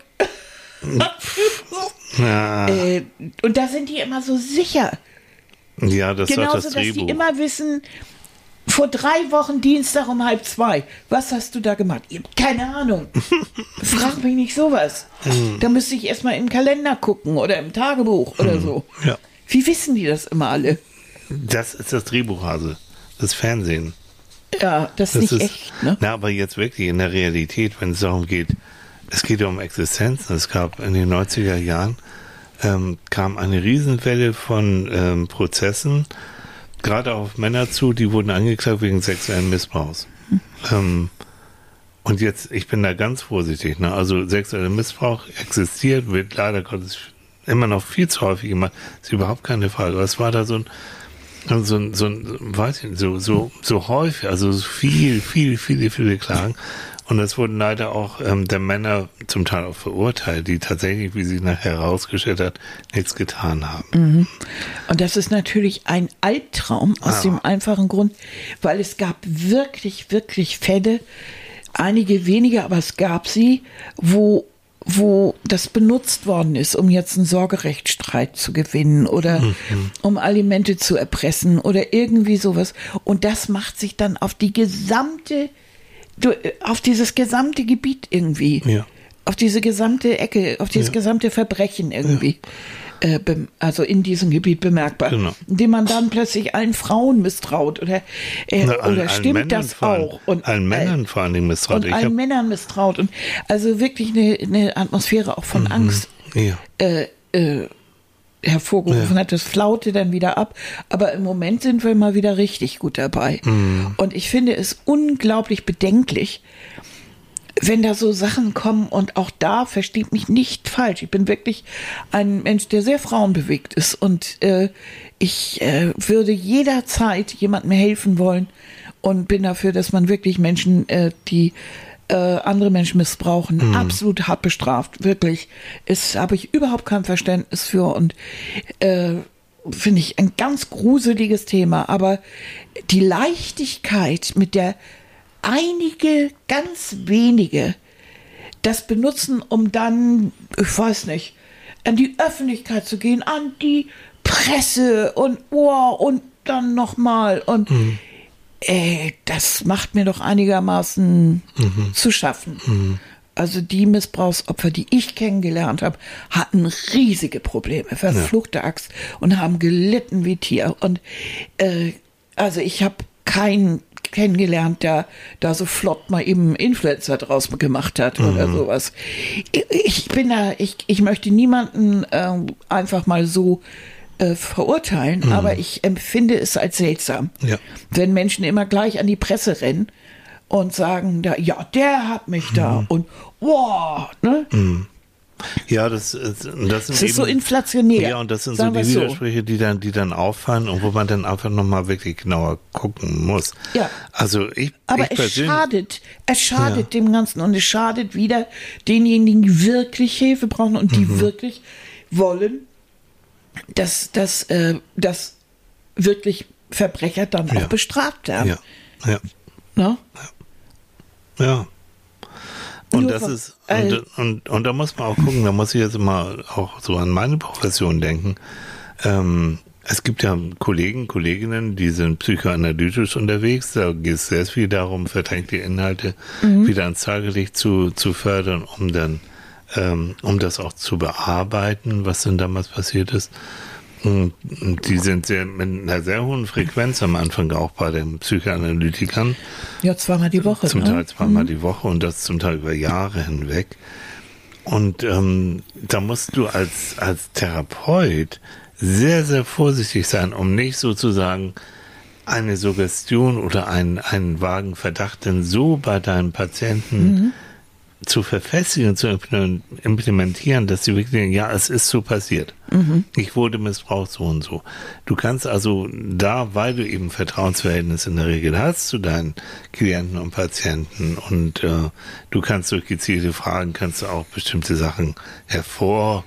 Ja, äh, und da sind die immer so sicher. ja, das ist doch Genauso, das dass Drehbuch. die immer wissen, vor drei Wochen Dienstag um halb zwei, was hast du da gemacht? Ich hab keine Ahnung. Frag mich nicht sowas. Da müsste ich erstmal im Kalender gucken oder im Tagebuch oder so. Ja. Wie wissen die das immer alle? Das ist das Drehbuchhase, das Fernsehen. Ja, das ist Das nicht ist, echt, ne? Na, aber jetzt wirklich in der Realität, wenn es darum geht, es geht ja um Existenz. Es gab in den neunziger Jahren, ähm, kam eine Riesenwelle von ähm, Prozessen, gerade auf Männer zu, die wurden angeklagt wegen sexuellen Missbrauchs. Hm. Ähm, und jetzt, ich bin da ganz vorsichtig, ne? Also sexueller Missbrauch existiert, wird leider Gottes immer noch viel zu häufig gemacht, ist überhaupt keine Frage. Aber es war da so ein so ein, so ein, weiß ich nicht, so, so, so häufig, also so viel, viel, viele, viele Klagen. Und es wurden leider auch ähm, der Männer zum Teil auch verurteilt, die tatsächlich, wie sich nachher herausgestellt hat, nichts getan haben. Und das ist natürlich ein Albtraum aus Ah. dem einfachen Grund, weil es gab wirklich, wirklich Fälle, einige wenige, aber es gab sie, wo wo das benutzt worden ist, um jetzt einen Sorgerechtsstreit zu gewinnen oder Mhm. um Alimente zu erpressen oder irgendwie sowas. Und das macht sich dann auf die gesamte, du- auf dieses gesamte Gebiet irgendwie, Ja. auf diese gesamte Ecke, auf dieses Ja. gesamte Verbrechen irgendwie, äh, bem- also in diesem Gebiet bemerkbar. Genau. Indem man dann plötzlich allen Frauen misstraut oder, äh, Na, allen- oder allen stimmt Männern das vor allem- auch? Und, allen Männern vor allen Dingen misstraut. und Ich allen hab- Männern misstraut und also wirklich eine, eine Atmosphäre auch von Angst Ja. äh, äh, hervorgerufen hat. Das flaute dann wieder ab, aber im Moment sind wir mal wieder richtig gut dabei. Und ich finde es unglaublich bedenklich, wenn da so Sachen kommen und auch da, versteht mich nicht falsch, ich bin wirklich ein Mensch, der sehr frauenbewegt ist und äh, ich äh, würde jederzeit jemandem helfen wollen und bin dafür, dass man wirklich Menschen, äh, die äh, andere Menschen missbrauchen, absolut hart bestraft, wirklich. Es habe ich überhaupt kein Verständnis für und äh, finde ich ein ganz gruseliges Thema, aber die Leichtigkeit, mit der einige, ganz wenige das benutzen, um dann, ich weiß nicht, an die Öffentlichkeit zu gehen, an die Presse und oh, und dann nochmal und äh, das macht mir doch einigermaßen zu schaffen. Also die Missbrauchsopfer, die ich kennengelernt habe, hatten riesige Probleme, verfluchte Axt und haben gelitten wie Tier. Und äh, also ich habe keinen kennengelernt, der da so flott mal eben Influencer draus gemacht hat oder Mhm. sowas. Ich, ich bin da, ich, ich möchte niemanden ähm, einfach mal so äh, verurteilen, Mhm. aber ich empfinde es als seltsam, Ja. wenn Menschen immer gleich an die Presse rennen und sagen, da, ja, der hat mich da und wow, ne? Ja, das, ist- das sind Es ist eben, so inflationär. Ja, und das sind so sagen die wir es so. Widersprüche, die dann, die dann auffallen und wo man dann einfach nochmal wirklich genauer gucken muss. Ja. Also ich, Aber ich es persönlich, schadet, es schadet Ja. dem Ganzen und es schadet wieder denjenigen, die wirklich Hilfe brauchen und die Mhm. wirklich wollen, dass, dass, äh, dass wirklich Verbrecher dann Ja. auch bestraft werden. ja, ja, Ne? ja. Und Nur das von- ist, äh, und, und, und da muss man auch gucken, da muss ich jetzt mal auch so an meine Profession denken. Ähm, es gibt ja Kollegen, Kolleginnen, die sind psychoanalytisch unterwegs. Da geht es sehr viel darum, verdrängte Inhalte Mhm. wieder ans Tageslicht zu, zu fördern, um dann, ähm, um das auch zu bearbeiten, was denn damals passiert ist. Und die sind sehr, mit einer sehr hohen Frequenz am Anfang auch bei den Psychoanalytikern. Ja, zweimal die Woche. Zum ne? Teil zweimal die Woche und das zum Teil über Jahre hinweg. Und ähm, da musst du als, als Therapeut sehr, sehr vorsichtig sein, um nicht sozusagen eine Suggestion oder einen, einen vagen Verdacht denn so bei deinen Patienten Mhm. zu verfestigen, zu implementieren, dass sie wirklich denken, ja, es ist so passiert. Mhm. Ich wurde missbraucht, so und so. Du kannst also da, weil du eben Vertrauensverhältnis in der Regel hast zu deinen Klienten und Patienten und äh, du kannst durch gezielte Fragen, kannst du auch bestimmte Sachen hervor,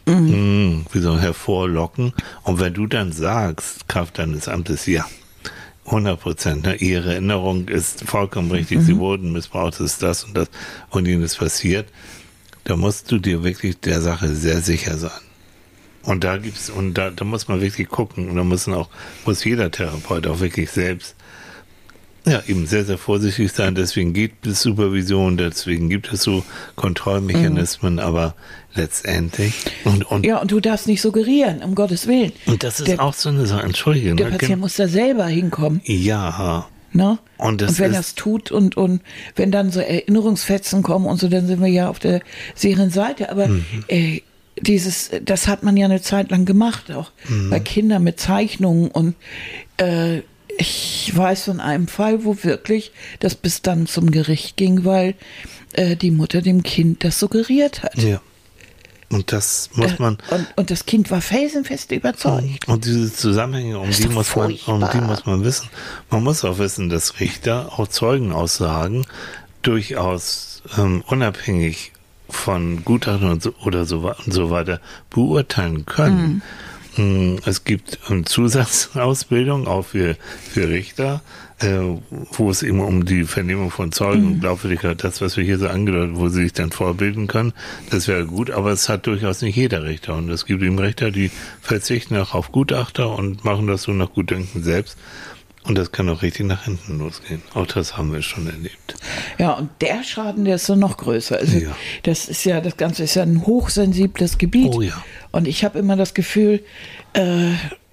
mh, wie so hervorlocken. Und wenn du dann sagst, Kraft deines Amtes, ja, hundert Prozent. Ne? Ihre Erinnerung ist vollkommen richtig. Sie wurden missbraucht, es ist das und das und ihnen ist passiert. Da musst du dir wirklich der Sache sehr sicher sein. Und da gibt's, und da, da muss man wirklich gucken. Und da müssen auch, muss jeder Therapeut auch wirklich selbst, ja, eben sehr, sehr vorsichtig sein. Deswegen gibt es Supervision, deswegen gibt es so Kontrollmechanismen, aber letztendlich, und, und, Ja, und du darfst nicht suggerieren, um Gottes Willen. und das ist der, auch so eine Sache, entschuldige. Der ne? Patient muss da selber hinkommen. Ja, Ne? Und das und wenn ist- er es tut und, und wenn dann so Erinnerungsfetzen kommen und so, dann sind wir ja auf der sicheren Seite. Aber Mhm. äh, dieses, das hat man ja eine Zeit lang gemacht, auch Mhm. bei Kindern mit Zeichnungen. Und äh, ich weiß von einem Fall, wo wirklich das bis dann zum Gericht ging, weil äh, die Mutter dem Kind das suggeriert hat. ja. Und das muss man, Äh, und, und das Kind war felsenfest überzeugt. und diese Zusammenhänge, um ist die doch muss man, um furchtbar. die muss man wissen. Man muss auch wissen, dass Richter auch Zeugenaussagen durchaus ähm, unabhängig von Gutachten und so, oder so, wa- und so weiter beurteilen können. Mm, Es gibt ähm, Zusatzausbildung auch für, für Richter, äh, wo es eben um die Vernehmung von Zeugen und Glaubwürdigkeit, das, was wir hier so angedeutet, wo sie sich dann vorbilden können, das wäre gut, aber es hat durchaus nicht jeder Richter. Und es gibt eben Richter, die verzichten auch auf Gutachter und machen das so nach Gutdünken selbst. Und das kann auch richtig nach hinten losgehen. Auch das haben wir schon erlebt. Ja, und der Schaden, der ist so noch größer. Also Ja. das ist ja, das Ganze ist ja ein hochsensibles Gebiet. Oh ja. Und ich habe immer das Gefühl, äh,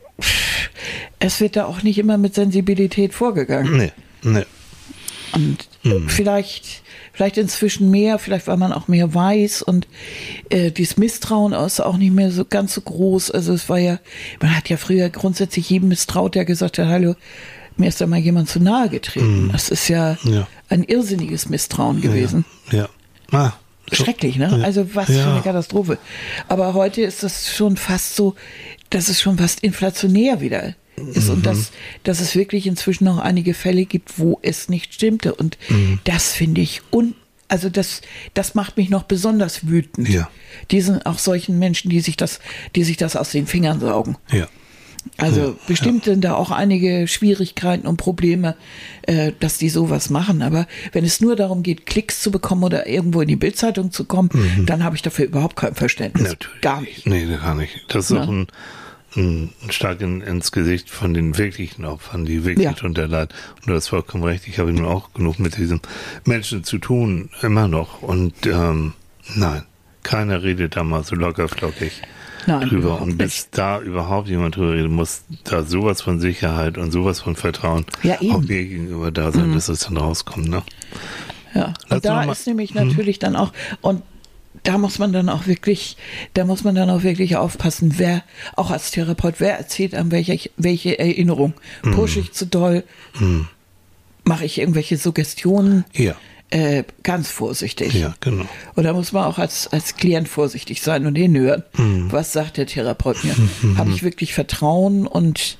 es wird da auch nicht immer mit Sensibilität vorgegangen. Nee, nee. Und Mhm. vielleicht, vielleicht inzwischen mehr, vielleicht weil man auch mehr weiß und äh, dieses Misstrauen ist auch nicht mehr so ganz so groß. Also es war ja, man hat ja früher grundsätzlich jedem misstraut, der gesagt hat, hallo, mir ist da mal jemand zu nahe getreten. Das ist ja, Ja. ein irrsinniges Misstrauen gewesen. Ja. ja. Ah, so. Schrecklich, ne? Ja. Also was für Ja. eine Katastrophe. Aber heute ist das schon fast so, dass es schon fast inflationär wieder ist Mhm. und dass, dass es wirklich inzwischen noch einige Fälle gibt, wo es nicht stimmte. Und Mhm. das finde ich un, also das, das macht mich noch besonders wütend. Ja. Diesen, auch solchen Menschen, die sich das, die sich das aus den Fingern saugen. Ja. Also Ja, bestimmt sind da auch einige Schwierigkeiten und Probleme, äh, dass die sowas machen. Aber wenn es nur darum geht, Klicks zu bekommen oder irgendwo in die Bildzeitung zu kommen, dann habe ich dafür überhaupt kein Verständnis. Natürlich. Gar nicht. Nee, gar nicht. Das ist Ja. auch ein, ein Schlag in, ins Gesicht von den wirklichen Opfern, die wirklich Ja. drunter leiden. Und du hast vollkommen recht, ich habe nun auch genug mit diesen Menschen zu tun, immer noch. Und ähm, nein, keiner redet da mal so locker flockig Nein, drüber. überhaupt Und bis nicht. da überhaupt jemand drüber redet, muss da sowas von Sicherheit und sowas von Vertrauen Ja, eben. auch mir gegenüber da sein, dass es dann rauskommt. Ne? Ja. Lass Und da noch mal- ist nämlich natürlich dann auch, und da muss man dann auch wirklich, da muss man dann auch wirklich aufpassen, wer, auch als Therapeut, wer erzählt einem welche, welche Erinnerung. Mm. Pushe ich zu doll? Mm. Mache ich irgendwelche Suggestionen? Ja. Äh, ganz vorsichtig. Ja, genau. Und da muss man auch als, als Klient vorsichtig sein und hinhören. Mm. Was sagt der Therapeut mir? Mm. Habe ich wirklich Vertrauen und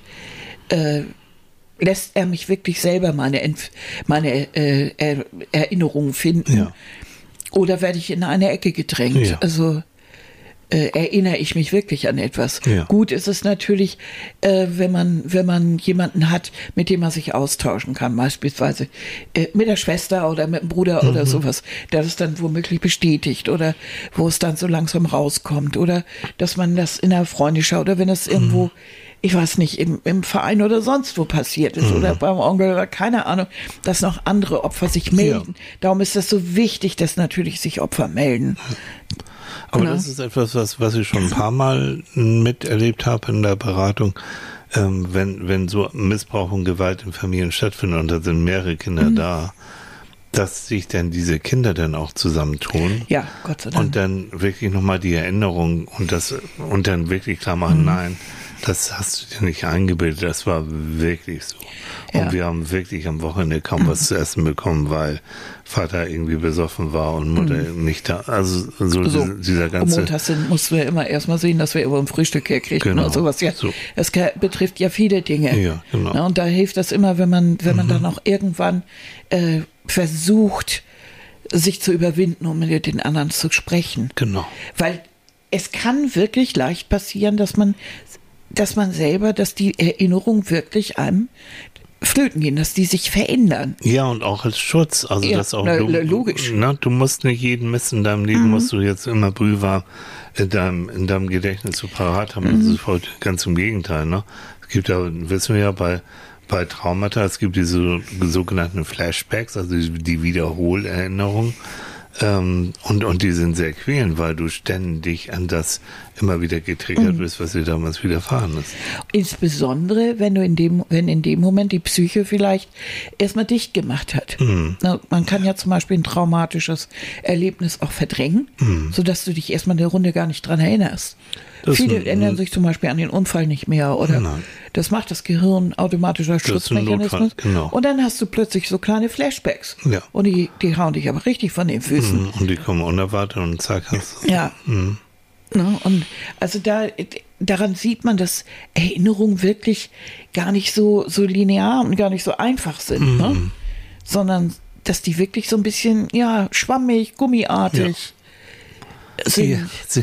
äh, lässt er mich wirklich selber meine, Entf- meine äh, er- Erinnerungen finden? Ja. Oder werde ich in eine Ecke gedrängt? Ja. Also äh, erinnere ich mich wirklich an etwas? Ja. Gut ist es natürlich, äh, wenn man wenn man jemanden hat, mit dem man sich austauschen kann, beispielsweise äh, mit der Schwester oder mit dem Bruder mhm. oder sowas, der das dann womöglich bestätigt oder wo es dann so langsam rauskommt oder dass man das in der Freunde schaut oder wenn es mhm. irgendwo ich weiß nicht, im, im Verein oder sonst wo passiert ist mhm. oder beim Onkel oder keine Ahnung, dass noch andere Opfer sich melden. Ja. Darum ist das so wichtig, dass natürlich sich Opfer melden. Aber ja. das ist etwas, was, was ich schon ein paar Mal miterlebt habe in der Beratung. Ähm, wenn, wenn so Missbrauch und Gewalt in Familien stattfindet und da sind mehrere Kinder mhm. da, dass sich dann diese Kinder dann auch zusammentun. Ja, Gott sei Dank. Und dann wirklich nochmal die Erinnerung und das, und dann wirklich klar machen, mhm. nein, das hast du dir nicht eingebildet, das war wirklich so. Und ja. wir haben wirklich am Wochenende kaum was zu essen bekommen, weil Vater irgendwie besoffen war und Mutter mhm. nicht da. Also so, so dieser ganze... Um Montags mussten wir immer erstmal sehen, dass wir über ein Frühstück herkriegen genau. oder sowas. Ja, so. Das betrifft ja viele Dinge. Ja, genau. Na, und da hilft das immer, wenn man, wenn man mhm. dann auch irgendwann äh, versucht, sich zu überwinden, um mit den anderen zu sprechen. Genau. Weil es kann wirklich leicht passieren, dass man dass man selber, dass die Erinnerungen wirklich einem flöten gehen, dass die sich verändern. Ja, und auch als Schutz. Also ja, das auch na, du, logisch. Na, du musst nicht jeden Mist in deinem Leben, mhm. musst du jetzt immer brühwarm in deinem, in deinem Gedächtnis so parat haben. Mhm. Das ist heute ganz im Gegenteil. Ne? Es gibt ja, wissen wir ja, bei, bei Traumata, es gibt diese sogenannten Flashbacks, also die, die Wiederholerinnerung. Ähm, und, und die sind sehr quälend, weil du ständig an das immer wieder getriggert mhm. bist, was dir damals widerfahren ist. Insbesondere, wenn du in dem, wenn in dem Moment die Psyche vielleicht erstmal dicht gemacht hat. Mhm. Na, man kann ja zum Beispiel ein traumatisches Erlebnis auch verdrängen, mhm. sodass du dich erstmal eine Runde gar nicht dran erinnerst. Das Viele ein, erinnern sich zum Beispiel an den Unfall nicht mehr oder nein. das macht das Gehirn automatischer Schutzmechanismus. Genau. Und dann hast du plötzlich so kleine Flashbacks. Ja. Und die, die hauen dich aber richtig von den Füßen. Und die kommen unerwartet und zack hast du. Ja. Mhm. Na, und also da, daran sieht man, dass Erinnerungen wirklich gar nicht so, so linear und gar nicht so einfach sind, mhm. ne? Sondern dass die wirklich so ein bisschen, ja, schwammig, gummiartig. Ja. Ja,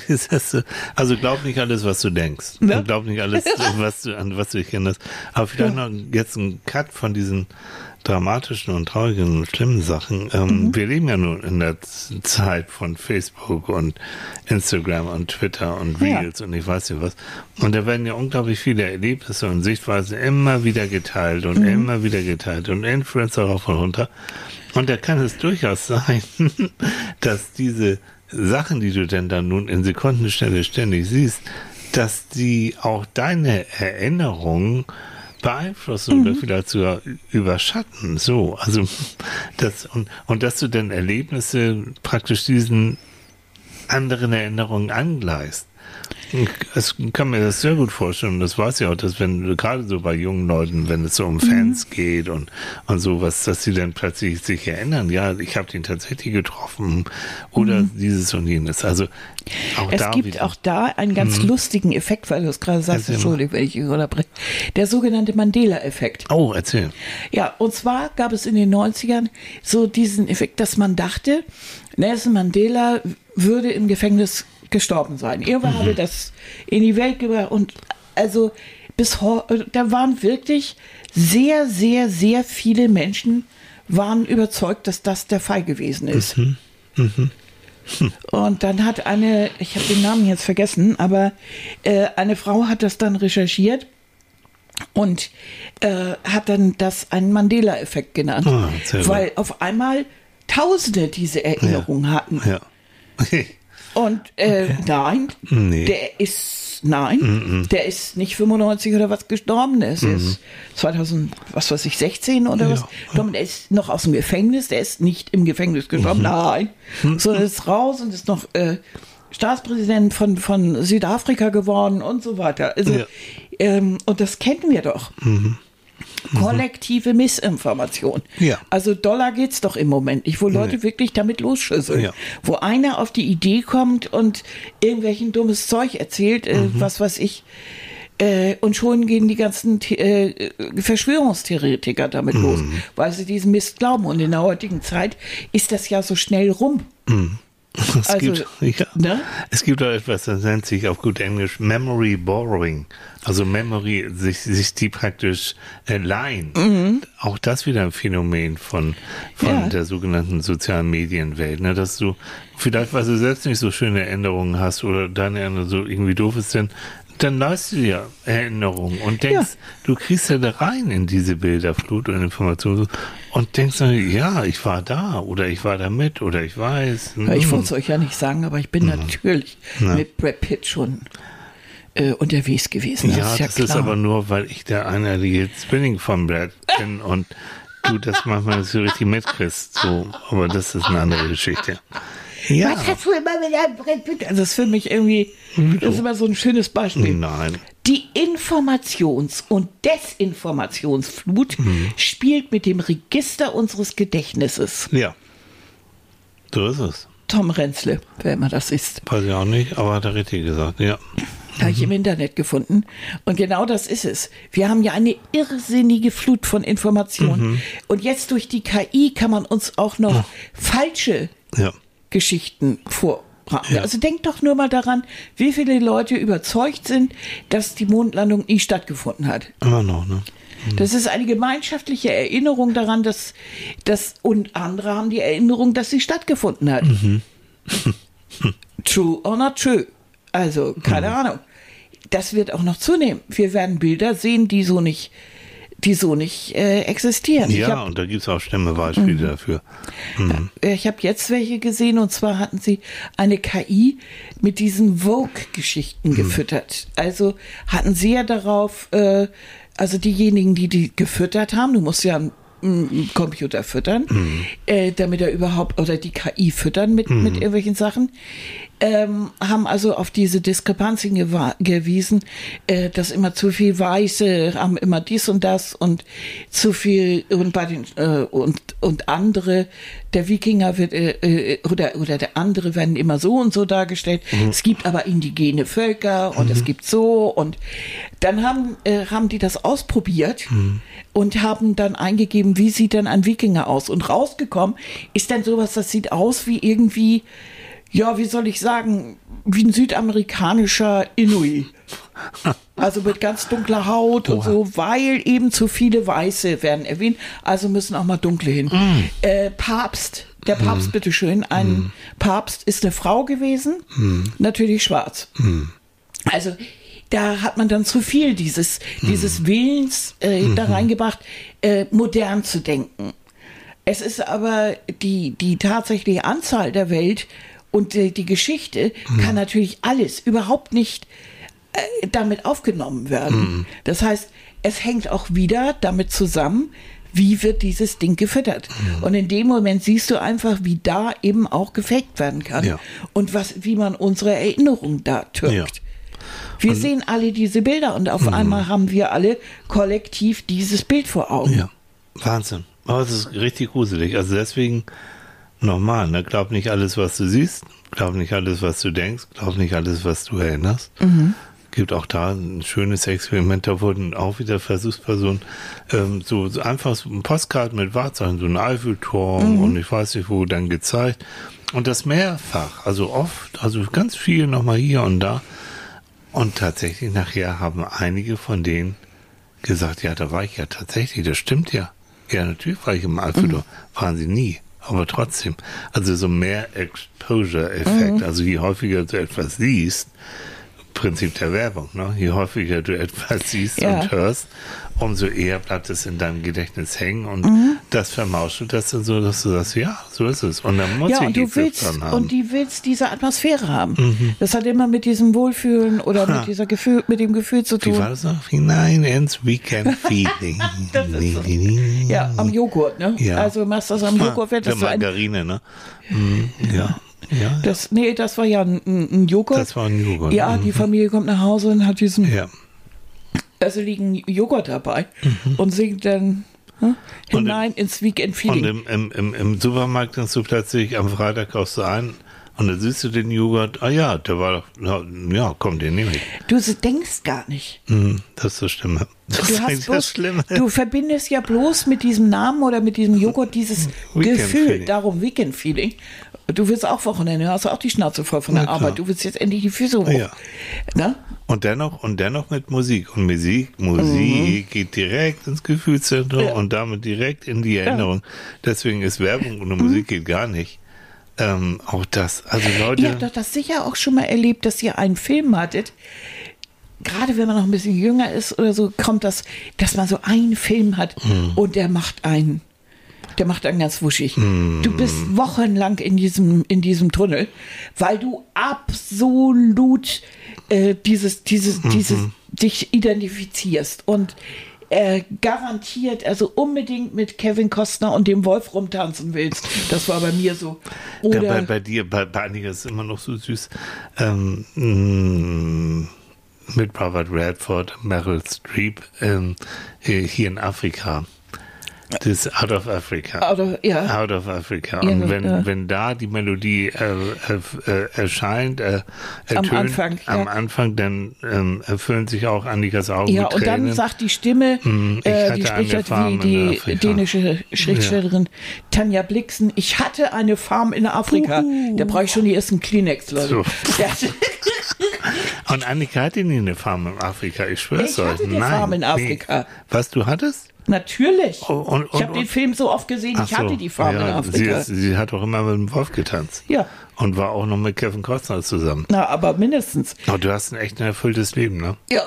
also glaub nicht alles, was du denkst. Ja? Glaub nicht alles, was du, an was du dich erinnerst. Aber vielleicht ja. noch jetzt ein Cut von diesen dramatischen und traurigen und schlimmen Sachen. Ähm, mhm. Wir leben ja nun in der Zeit von Facebook und Instagram und Twitter und Reels ja. und ich weiß nicht was. Und da werden ja unglaublich viele Erlebnisse und Sichtweisen immer wieder geteilt und mhm. immer wieder geteilt und Influencer rauf und runter. Und da kann es durchaus sein, dass diese Sachen, die du denn dann nun in Sekundenschnelle ständig siehst, dass die auch deine Erinnerungen beeinflussen mhm. oder vielleicht sogar überschatten. So, also das und, und dass du dann Erlebnisse praktisch diesen anderen Erinnerungen angleichst. Ich kann mir das sehr gut vorstellen. Das weiß ich auch, dass wenn gerade so bei jungen Leuten, wenn es so um Fans mhm. geht und, und sowas, dass sie dann plötzlich sich erinnern, ja, ich habe den tatsächlich getroffen oder mhm. dieses und jenes. Also auch es da gibt wieder. auch da einen ganz mhm. lustigen Effekt, weil du es gerade sagst, Entschuldigung, wenn ich unterbreche. Der sogenannte Mandela-Effekt. Oh, erzähl. Ja, und zwar gab es in den neunzigern so diesen Effekt, dass man dachte, Nelson Mandela würde im Gefängnis gestorben sein. Irgendwann mhm. habe das in die Welt gebracht und also bis heute, da waren wirklich sehr, sehr, sehr viele Menschen waren überzeugt, dass das der Fall gewesen ist. Mhm. Mhm. Hm. Und dann hat eine, ich habe den Namen jetzt vergessen, aber äh, eine Frau hat das dann recherchiert und äh, hat dann das einen Mandela-Effekt genannt, oh, weil auf einmal Tausende diese Erinnerungen ja. hatten. Ja. Und äh, okay. nein, nee. der ist, nein, mm-mm. der ist nicht fünfundneunzig oder was gestorben, der ist mm. jetzt zweitausend, was weiß ich, sechzehn oder was, ja. der ist noch aus dem Gefängnis, der ist nicht im Gefängnis gestorben, mm-hmm. nein, mm-hmm. sondern ist raus und ist noch äh, Staatspräsident von, von Südafrika geworden und so weiter. Also, ja. ähm, und das kennen wir doch. Mm-hmm. Kollektive Missinformation. Ja. Also Dollar geht's doch im Moment nicht, wo Leute nee. wirklich damit losschüsseln. Ja. Wo einer auf die Idee kommt und irgendwelchen dummes Zeug erzählt, äh, mhm. was weiß ich, äh, und schon gehen die ganzen äh, Verschwörungstheoretiker damit mhm. los, weil sie diesen Mist glauben. Und in der heutigen Zeit ist das ja so schnell rum. Mhm. Es, also, gibt, ja, ne? es gibt auch etwas, das nennt sich auf gut Englisch Memory Borrowing. Also Memory, sich, sich die praktisch äh, leihen. Mhm. Auch das wieder ein Phänomen von, von ja. der sogenannten sozialen Medienwelt. Ne? Dass du vielleicht, weil du selbst nicht so schöne Erinnerungen hast oder deine Erinnerung so irgendwie doof ist, denn dann leist du dir Erinnerungen und denkst, ja. du kriegst ja da rein in diese Bilderflut und Informationen und denkst dann, ja, ich war da oder ich war da mit oder ich weiß. Ja, ich wollte es euch ja nicht sagen, aber ich bin mhm. natürlich ja. mit Brad Pitt schon äh, unterwegs gewesen. Das ja, ist ja das klar. ist aber nur, weil ich der einerliche Zwilling von Brad bin und du das manchmal so richtig mitkriegst. So, aber das ist eine andere Geschichte. Ja. Was hast du immer mit einem Brett Pitt? Also das ist für mich irgendwie, das ist immer so ein schönes Beispiel. Nein. Die Informations- und Desinformationsflut mhm. spielt mit dem Register unseres Gedächtnisses. Ja, so ist es. Tom Renzle, wer immer das ist. Weiß ich auch nicht, aber hat er richtig gesagt, ja. Habe ich im Internet gefunden. Und genau das ist es. Wir haben ja eine irrsinnige Flut von Informationen. Mhm. Und jetzt durch die K I kann man uns auch noch ja. falsche ja. Geschichten vorbraten. Ja. Also denkt doch nur mal daran, wie viele Leute überzeugt sind, dass die Mondlandung nie stattgefunden hat. Immer noch, ne? Mhm. Das ist eine gemeinschaftliche Erinnerung daran, dass, dass und andere haben die Erinnerung, dass sie stattgefunden hat. Mhm. True or not true? Also, keine mhm. Ahnung. Das wird auch noch zunehmen. Wir werden Bilder sehen, die so nicht die so nicht äh, existieren. Ja, hab, und da gibt es auch Stimmebeispiele mhm. dafür. Mhm. Ja, ich habe jetzt welche gesehen, und zwar hatten sie eine K I mit diesen Vogue-Geschichten mhm. gefüttert. Also hatten sie ja darauf, äh, also diejenigen, die die gefüttert haben, du musst ja einen, einen Computer füttern, mhm. äh, damit er überhaupt, oder die K I füttern mit, mhm. mit irgendwelchen Sachen, Ähm, haben also auf diese Diskrepanzen gewa- gewiesen, äh, dass immer zu viel Weiße haben immer dies und das und zu viel und bei den äh, und und andere, der Wikinger wird äh, äh, oder oder der andere werden immer so und so dargestellt. Mhm. Es gibt aber indigene Völker und mhm. es gibt so, und dann haben äh, haben die das ausprobiert mhm. und haben dann eingegeben, wie sieht denn ein Wikinger aus, und rausgekommen ist dann sowas, das sieht aus wie irgendwie, ja, wie soll ich sagen, wie ein südamerikanischer Inuit. Also mit ganz dunkler Haut und so, weil eben zu viele Weiße werden erwähnt, also müssen auch mal dunkle hin. Mm. Äh, Papst, der Papst, mm. bitteschön, ein mm. Papst ist eine Frau gewesen, mm. natürlich schwarz. Mm. Also da hat man dann zu viel dieses, mm. dieses Willens äh, mm-hmm. da reingebracht, äh, modern zu denken. Es ist aber die, die tatsächliche Anzahl der Welt und die, die Geschichte mhm. kann natürlich alles überhaupt nicht äh, damit aufgenommen werden. Mhm. Das heißt, es hängt auch wieder damit zusammen, wie wird dieses Ding gefüttert. Mhm. Und in dem Moment siehst du einfach, wie da eben auch gefaked werden kann. Ja. Und was, wie man unsere Erinnerung da türkt. Ja. Wir und sehen alle diese Bilder und auf mhm. einmal haben wir alle kollektiv dieses Bild vor Augen. Ja, Wahnsinn. Aber es ist richtig gruselig. Also deswegen nochmal, ne? Glaub nicht alles, was du siehst, glaub nicht alles, was du denkst, glaub nicht alles, was du erinnerst. Mhm. Gibt auch da ein schönes Experiment, da wurden auch wieder Versuchspersonen ähm, so, so einfach so ein Postkarte mit Wahrzeichen, so ein Eiffelturm mhm. und ich weiß nicht wo, dann gezeigt. Und das mehrfach, also oft, also ganz viel nochmal hier und da. Und tatsächlich nachher haben einige von denen gesagt, ja, da war ich ja tatsächlich, das stimmt ja. Ja, natürlich war ich im Eiffelturm, mhm. waren sie nie. Aber trotzdem, also so mehr Exposure-Effekt, mhm. also je häufiger du etwas siehst, Prinzip der Werbung, ne? Je häufiger du etwas siehst Ja. und hörst, umso eher bleibt es in deinem Gedächtnis hängen und Mhm. das vermauschelt das dann so, dass du sagst, ja, so ist es. Und dann muss Ja, ich und die du willst, dran haben. und die willst diese Atmosphäre haben. Mhm. Das hat immer mit diesem Wohlfühlen oder mit dieser Gefühl, mit dem Gefühl zu Wie tun. war das noch? Hinein ins Weekend Feeling. Das ist so. Ja, am Joghurt, ne? Ja. Also machst das am Joghurt, wird Der das so ein, Margarine, ne? Mhm. Ja. Ja. das, nee, das war ja ein, ein Joghurt. Das war ein Joghurt. Ja, Mhm. die Familie kommt nach Hause und hat diesen, Ja. also liegen Joghurt dabei und singt dann hm, Und hinein ins Weekend Und Feeling. im, im, im, im Supermarkt kannst du plötzlich am Freitag kaufst du ein und dann siehst du den Joghurt, ah ja, der war doch, ja, komm, den nehme ich. Du so denkst gar nicht. Mhm, das ist das Schlimme. Das Du, ist hast eigentlich bloß, das Schlimme. du verbindest ja bloß mit diesem Namen oder mit diesem Joghurt dieses Weekend Gefühl, Feeling. darum Weekend Feeling. Du willst auch Wochenende, hast auch die Schnauze voll von der Na klar. Arbeit. Du willst jetzt endlich die Füße hoch. Ja. Ne? Und dennoch, und dennoch mit Musik. Und Musik, Musik geht direkt ins Gefühlszentrum Ja. und damit direkt in die Erinnerung. Deswegen ist Werbung ohne Musik geht gar nicht. Ähm, auch das, also Leute. Ihr habt doch das sicher auch schon mal erlebt, dass ihr einen Film hattet. Gerade wenn man noch ein bisschen jünger ist oder so, kommt das, dass man so einen Film hat und der macht einen. Der macht einen ganz wuschig. Du bist wochenlang in diesem, in diesem Tunnel, weil du absolut äh, dieses, dieses, dieses dich identifizierst und äh, garantiert, also unbedingt mit Kevin Costner und dem Wolf rumtanzen willst. Das war bei mir so. Ja, Oder bei, bei dir, bei, bei einigen ist es immer noch so süß. Ähm, mh, mit Robert Redford, Meryl Streep, ähm, hier hier in Afrika. Das ist Out of Africa. Oder, ja. Out of Africa. Ja, Und wenn, ja. wenn da die Melodie äh, äh, erscheint, äh, ertönt, Am Anfang, ja. am Anfang, dann ähm, erfüllen sich auch Annikas Augen Ja, mit und dann Tränen. sagt die Stimme, Hm, ich äh, hatte die eine spricht halt Farm wie in die Afrika. dänische Schriftstellerin Tanja Blixen. Ich hatte eine Farm in Afrika. Da brauche ich schon die ersten Kleenex, Leute. So. Ja. Und Annika hatte nie eine Farm in Afrika, ich schwör's Ich euch. hatte eine Nein, Farm in nee. Afrika. Was, du hattest? Natürlich. Oh, und- ich und- habe den und- Film so oft gesehen, ich Ach so, hatte die Farm ja, in Afrika. Sie, ist, sie hat auch immer mit dem Wolf getanzt. Ja. Und war auch noch mit Kevin Costner zusammen. Na, aber mindestens. Aber du hast ein echt ein erfülltes Leben, ne? Ja.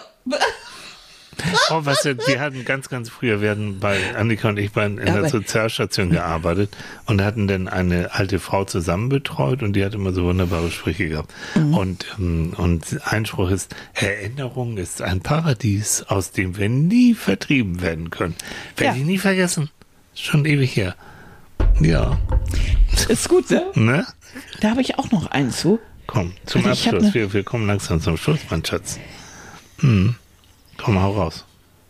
Oh, was wir, wir hatten ganz, ganz früher, wir hatten bei Annika und ich bei, in Ja, der aber- Sozialstation gearbeitet und hatten dann eine alte Frau zusammen betreut und die hat immer so wunderbare Sprüche gehabt. Mhm. Und, ähm, und ein Spruch ist, Erinnerung ist ein Paradies, aus dem wir nie vertrieben werden können. Werde Ja. ich nie vergessen. Ist schon ewig her. Ja. Ist gut, ne? Ne? Da habe ich auch noch einen zu. Komm, zum Also ich hab Abschluss. ne- Wir, wir kommen langsam zum Schluss, mein Schatz. Hm. Komm, hau raus.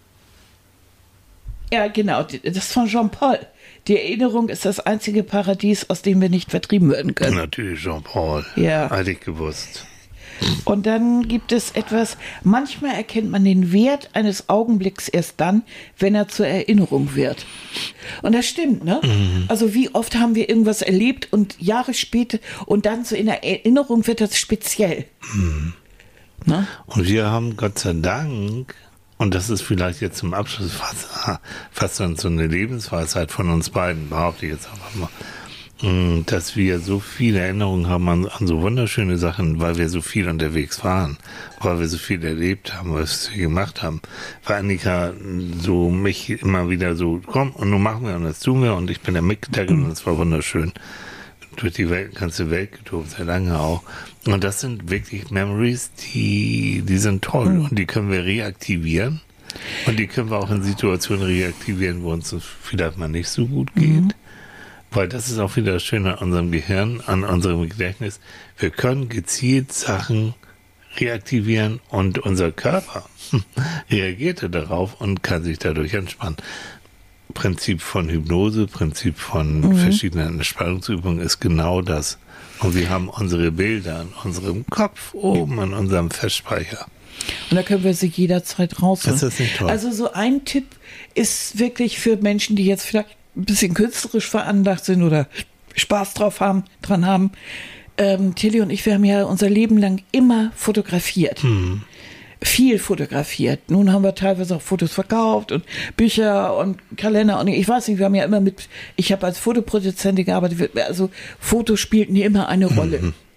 Ja, genau. Das ist von Jean-Paul. Die Erinnerung ist das einzige Paradies, aus dem wir nicht vertrieben werden können. Natürlich Jean-Paul. Ja. Hatte ich gewusst. Und dann gibt es etwas, manchmal erkennt man den Wert eines Augenblicks erst dann, wenn er zur Erinnerung wird. Und das stimmt, ne? Mhm. Also wie oft haben wir irgendwas erlebt und Jahre später und dann so in der Erinnerung wird das speziell. Mhm. Ne? Und wir haben Gott sei Dank, und das ist vielleicht jetzt zum Abschluss fast, fast so eine Lebensweisheit von uns beiden, behaupte ich jetzt einfach mal, mh, dass wir so viele Erinnerungen haben an, an so wunderschöne Sachen, weil wir so viel unterwegs waren, weil wir so viel erlebt haben, was wir gemacht haben. Weil Annika so mich immer wieder so, komm, und nun machen wir und das tun wir und ich bin der mitgedacht und das war wunderschön. Durch die Welt, ganze Welt getobt, sehr lange auch. Und das sind wirklich Memories, die, die sind toll und die können wir reaktivieren. Und die können wir auch in Situationen reaktivieren, wo uns es vielleicht mal nicht so gut geht. Mhm. Weil das ist auch wieder das Schöne an unserem Gehirn, an unserem Gedächtnis. Wir können gezielt Sachen reaktivieren und unser Körper reagiert darauf und kann sich dadurch entspannen. Prinzip von Hypnose, Prinzip von mhm. verschiedenen Entspannungsübungen ist genau das. Und wir haben unsere Bilder in unserem Kopf oben in unserem Festspeicher. Und da können wir sie jederzeit rausholen. Das ist nicht toll. Also so ein Tipp ist wirklich für Menschen, die jetzt vielleicht ein bisschen künstlerisch veranlagt sind oder Spaß drauf haben, dran haben. Ähm, Tilly und ich, wir haben ja unser Leben lang immer fotografiert. Mhm. Viel fotografiert. Nun haben wir teilweise auch Fotos verkauft und Bücher und Kalender und ich weiß nicht, wir haben ja immer mit, ich habe als Fotoproduzentin gearbeitet, also Fotos spielten hier immer eine Rolle. Mhm.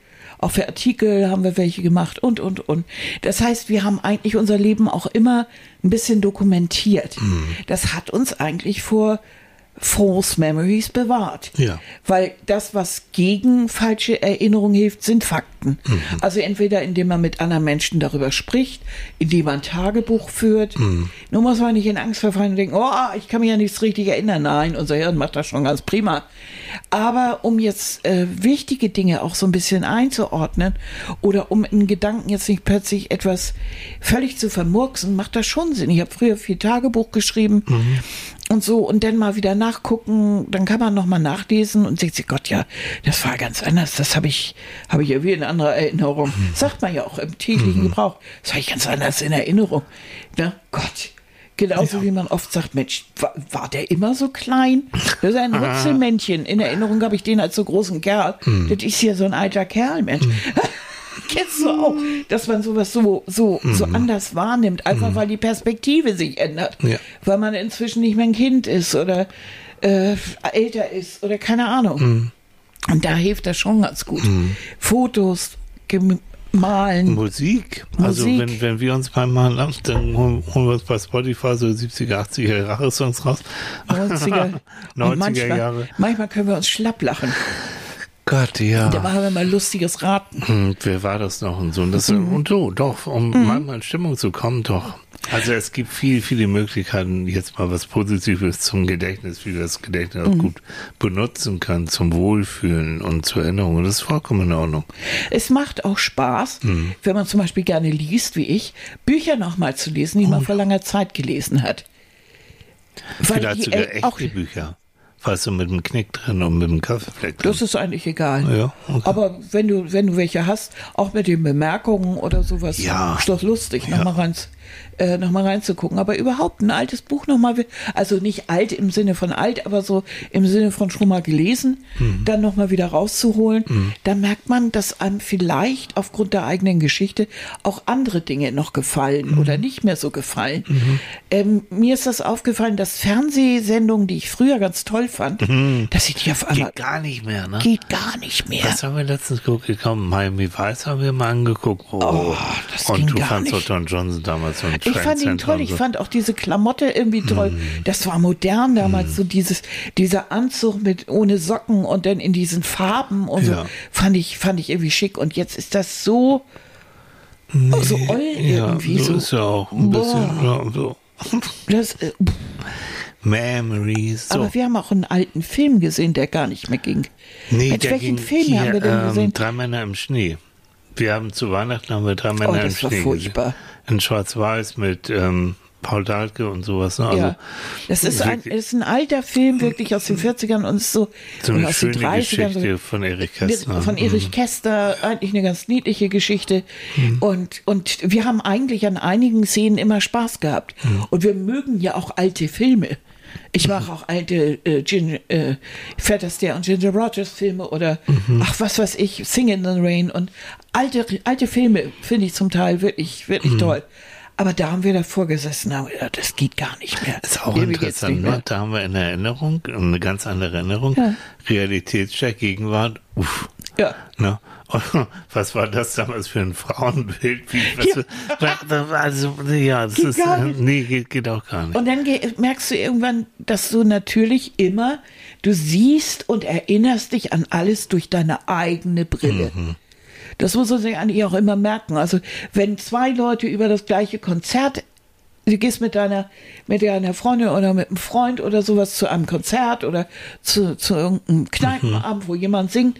auch für Artikel haben wir welche gemacht und, und, und. Das heißt, wir haben eigentlich unser Leben auch immer ein bisschen dokumentiert. Mhm. Das hat uns eigentlich vor False Memories bewahrt. Ja. Weil das, was gegen falsche Erinnerungen hilft, sind Fakten. Mhm. Also entweder indem man mit anderen Menschen darüber spricht, indem man ein Tagebuch führt. Mhm. Nur muss man nicht in Angst verfallen und denken, oh, ich kann mich ja nichts richtig erinnern. Nein, unser Hirn macht das schon ganz prima. Aber um jetzt äh, wichtige Dinge auch so ein bisschen einzuordnen oder um in Gedanken jetzt nicht plötzlich etwas völlig zu vermurksen, macht das schon Sinn. Ich habe früher viel Tagebuch geschrieben. Mhm. Und so, und dann mal wieder nachgucken, dann kann man nochmal nachlesen und denkt sich, Gott, ja, das war ganz anders, das habe ich, habe ich ja wie in anderer Erinnerung. Mhm. Sagt man ja auch im täglichen mhm. Gebrauch, das habe ich ganz anders in Erinnerung. Na, Gott, genauso ja. wie man oft sagt, Mensch, war, war der immer so klein? Das ist ein Rutzelmännchen. In Erinnerung habe ich den als so großen Kerl. Mhm. Das ist ja so ein alter Kerl, Mensch. Mhm. Kennst du auch, dass man sowas so, so, mhm. so anders wahrnimmt, einfach mhm. weil die Perspektive sich ändert, ja. weil man inzwischen nicht mehr ein Kind ist oder äh, älter ist oder keine Ahnung. Mhm. Und da hilft das schon ganz gut. Mhm. Fotos, Malen. Musik. Musik. Also wenn, wenn wir uns beim Malen ab, dann holen, holen wir uns bei Spotify so siebziger, achtziger Jahre Songs raus. neunziger, neunziger manchmal, Jahre. Manchmal können wir uns schlapp lachen. Gott, ja. Da machen wir mal lustiges Raten. Und wer war das noch und so? Und, das, mhm. und so, doch, um mhm. mal in Stimmung zu kommen, doch. Also es gibt viel, viele Möglichkeiten, jetzt mal was Positives zum Gedächtnis, wie wir das Gedächtnis mhm. auch gut benutzen können, zum Wohlfühlen und zur Erinnerung. Und das ist vollkommen in Ordnung. Es macht auch Spaß, mhm. wenn man zum Beispiel gerne liest, wie ich, Bücher nochmal zu lesen, die oh. man vor langer Zeit gelesen hat. Weil Vielleicht die, sogar äh, echte auch, Bücher. Weißt du, mit dem Knick drin und mit dem Kaffeefleck drin. Das ist eigentlich egal. Ja, okay. Aber wenn du, wenn du welche hast, auch mit den Bemerkungen oder sowas, ja. ist doch lustig, ja. nochmal rein, äh, noch mal reinzugucken. Aber überhaupt ein altes Buch nochmal, also nicht alt im Sinne von alt, aber so im Sinne von schon mal gelesen, mhm. dann nochmal wieder rauszuholen, mhm. dann merkt man, dass einem vielleicht aufgrund der eigenen Geschichte auch andere Dinge noch gefallen mhm. oder nicht mehr so gefallen. Mhm. Ähm, mir ist das aufgefallen, dass Fernsehsendungen, die ich früher ganz toll fand, mhm. dass ich die auf einmal... Geht gar nicht mehr, ne? Geht gar nicht mehr. Was haben wir letztens gekommen? Miami Vice haben wir mal angeguckt. Oh, oh das und ging du gar fandst nicht. auch Don Johnson damals so ein Ich fand ihn toll. Ich fand auch diese Klamotte irgendwie toll. Mm. Das war modern damals, mm. so dieses, dieser Anzug mit ohne Socken und dann in diesen Farben und ja. so. Fand ich, fand ich irgendwie schick. Und jetzt ist das so, nee, so oll irgendwie. Ja, so so ist ja auch ein bisschen, ja, so. Das, äh, Memories. So. Aber wir haben auch einen alten Film gesehen, der gar nicht mehr ging. Nee, Mit der welchen ging Film hier, haben wir denn ähm, gesehen? Drei Männer im Schnee. Wir haben zu Weihnachten haben wir drei Männer oh, im das war Schnee furchtbar. gesehen. In Schwarz-Weiß mit ähm, Paul Dahlke und sowas. Ne? Also, ja, das ist ein, ist ein alter Film, wirklich aus den vierzigern und ist so, so eine aus schöne den dreißigern. Geschichte von Erich Kästner. Von Erich Kästner, eigentlich eine ganz niedliche Geschichte. Mhm. Und, und wir haben eigentlich an einigen Szenen immer Spaß gehabt. Mhm. Und wir mögen ja auch alte Filme. Ich mache auch alte äh, Ginger, äh, Fred Astaire und Ginger Rogers Filme oder mhm. ach was weiß ich, Sing in the Rain und alte, alte Filme finde ich zum Teil wirklich, wirklich mhm. toll. Aber da haben wir davor gesessen, haben gedacht, das geht gar nicht mehr. Ist auch Irgendwie interessant, ne? Da haben wir in der Erinnerung, eine ganz andere Erinnerung, ja. Realitätscheck, Gegenwart, uff. Ja. Ne? Was war das damals für ein Frauenbild? Wie, was, ja. Also, ja, das geht ist, gar nicht. nee, geht, geht auch gar nicht. Und dann merkst du irgendwann, dass du natürlich immer, du siehst und erinnerst dich an alles durch deine eigene Brille. Mhm. Das muss man sich eigentlich auch immer merken. Also, wenn zwei Leute über das gleiche Konzert, du gehst mit deiner, mit deiner Freundin oder mit einem Freund oder sowas zu einem Konzert oder zu, zu irgendeinem Kneipenabend, mhm. wo jemand singt,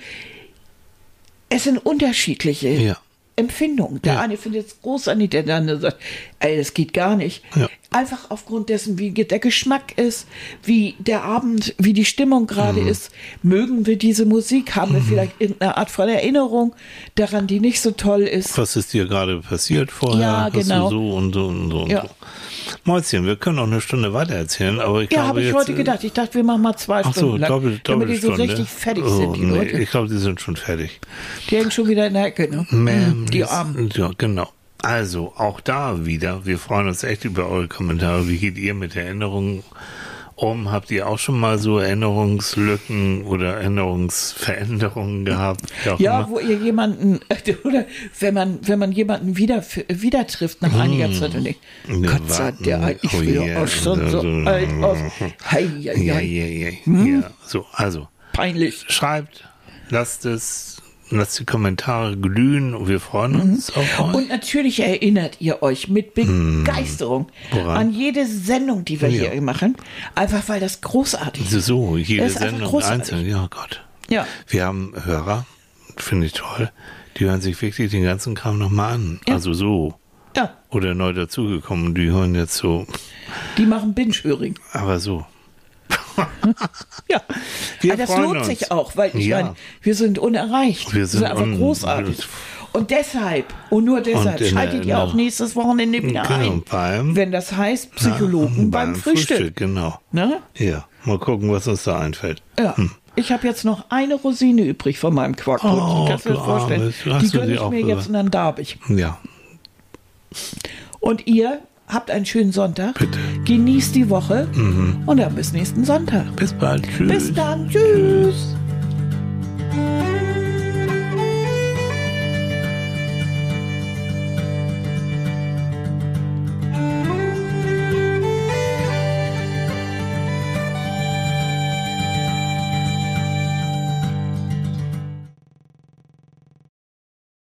es sind unterschiedliche ja. Empfindungen. Der ja. eine findet es großartig, der andere sagt, ey, das geht gar nicht. Ja. Einfach aufgrund dessen, wie der Geschmack ist, wie der Abend, wie die Stimmung gerade mhm. ist. Mögen wir diese Musik? Haben mhm. wir vielleicht irgendeine Art von Erinnerung daran, die nicht so toll ist? Was ist dir gerade passiert vorher? Ja, genau. Hast du so und so und so und ja. so. Mäuschen, wir können noch eine Stunde weiter erzählen, aber ich ja, glaube habe ich jetzt, heute gedacht. Ich dachte, wir machen mal zwei ach Stunden so, lang, doppel, damit die so Doppelstunde. richtig fertig oh, sind, die nee, Leute. Ich glaube, die sind schon fertig. Die hängen schon wieder in der Ecke, ne? Memories, die Armen. Ja, genau. Also, auch da wieder, wir freuen uns echt über eure Kommentare. Wie geht ihr mit Erinnerungen um. Habt ihr auch schon mal so Erinnerungslücken oder Erinnerungsveränderungen gehabt? Ja, immer? wo ihr jemanden, oder wenn man, wenn man jemanden wieder, wieder trifft nach einiger Hm. Zeit und denkt, Ne, Gott sei warten. der eigentlich Oh wieder yeah. auch schon so Also, alt aus. Hei, hei, Ja, hei. ja, ja. Hm? ja. So, also. Peinlich. Schreibt, lasst es, lasst die Kommentare glühen und wir freuen uns mhm. auf euch. Und natürlich erinnert ihr euch mit Begeisterung Woran? an jede Sendung, die wir Ja. hier machen. Einfach weil das großartig ist. So, jede Das ist einfach Sendung großartig. einzeln, ja Gott. Ja. Wir haben Hörer, finde ich toll, die hören sich wirklich den ganzen Kram nochmal an. Ja. Also so. Ja, Oder neu dazugekommen, die hören jetzt so, die machen Binge-Höring. aber so. Ja, Wir aber das freuen lohnt uns. sich auch, weil ich Ja. meine, wir sind unerreicht. Wir sind einfach un- großartig. Und deshalb, und nur deshalb, Und in schaltet der- ihr auch nächstes Wochenende wieder Genau, ein. beim- Wenn das heißt Psychologen Ja, beim, Frühstück. Genau. Ne? Ja, mal gucken, was uns da einfällt. Ja. Ich habe jetzt noch eine Rosine übrig von meinem Quarkbrötchen. Oh, Kannst du dir du das vorstellen? Armes. Hast Die du gönne sie ich auch mir über- jetzt und dann darf ich. Ja, Und ihr habt einen schönen Sonntag. Bitte. Genießt die Woche. Und dann bis nächsten Sonntag. bis bald. Tschüss. Bis dann. Tschüss.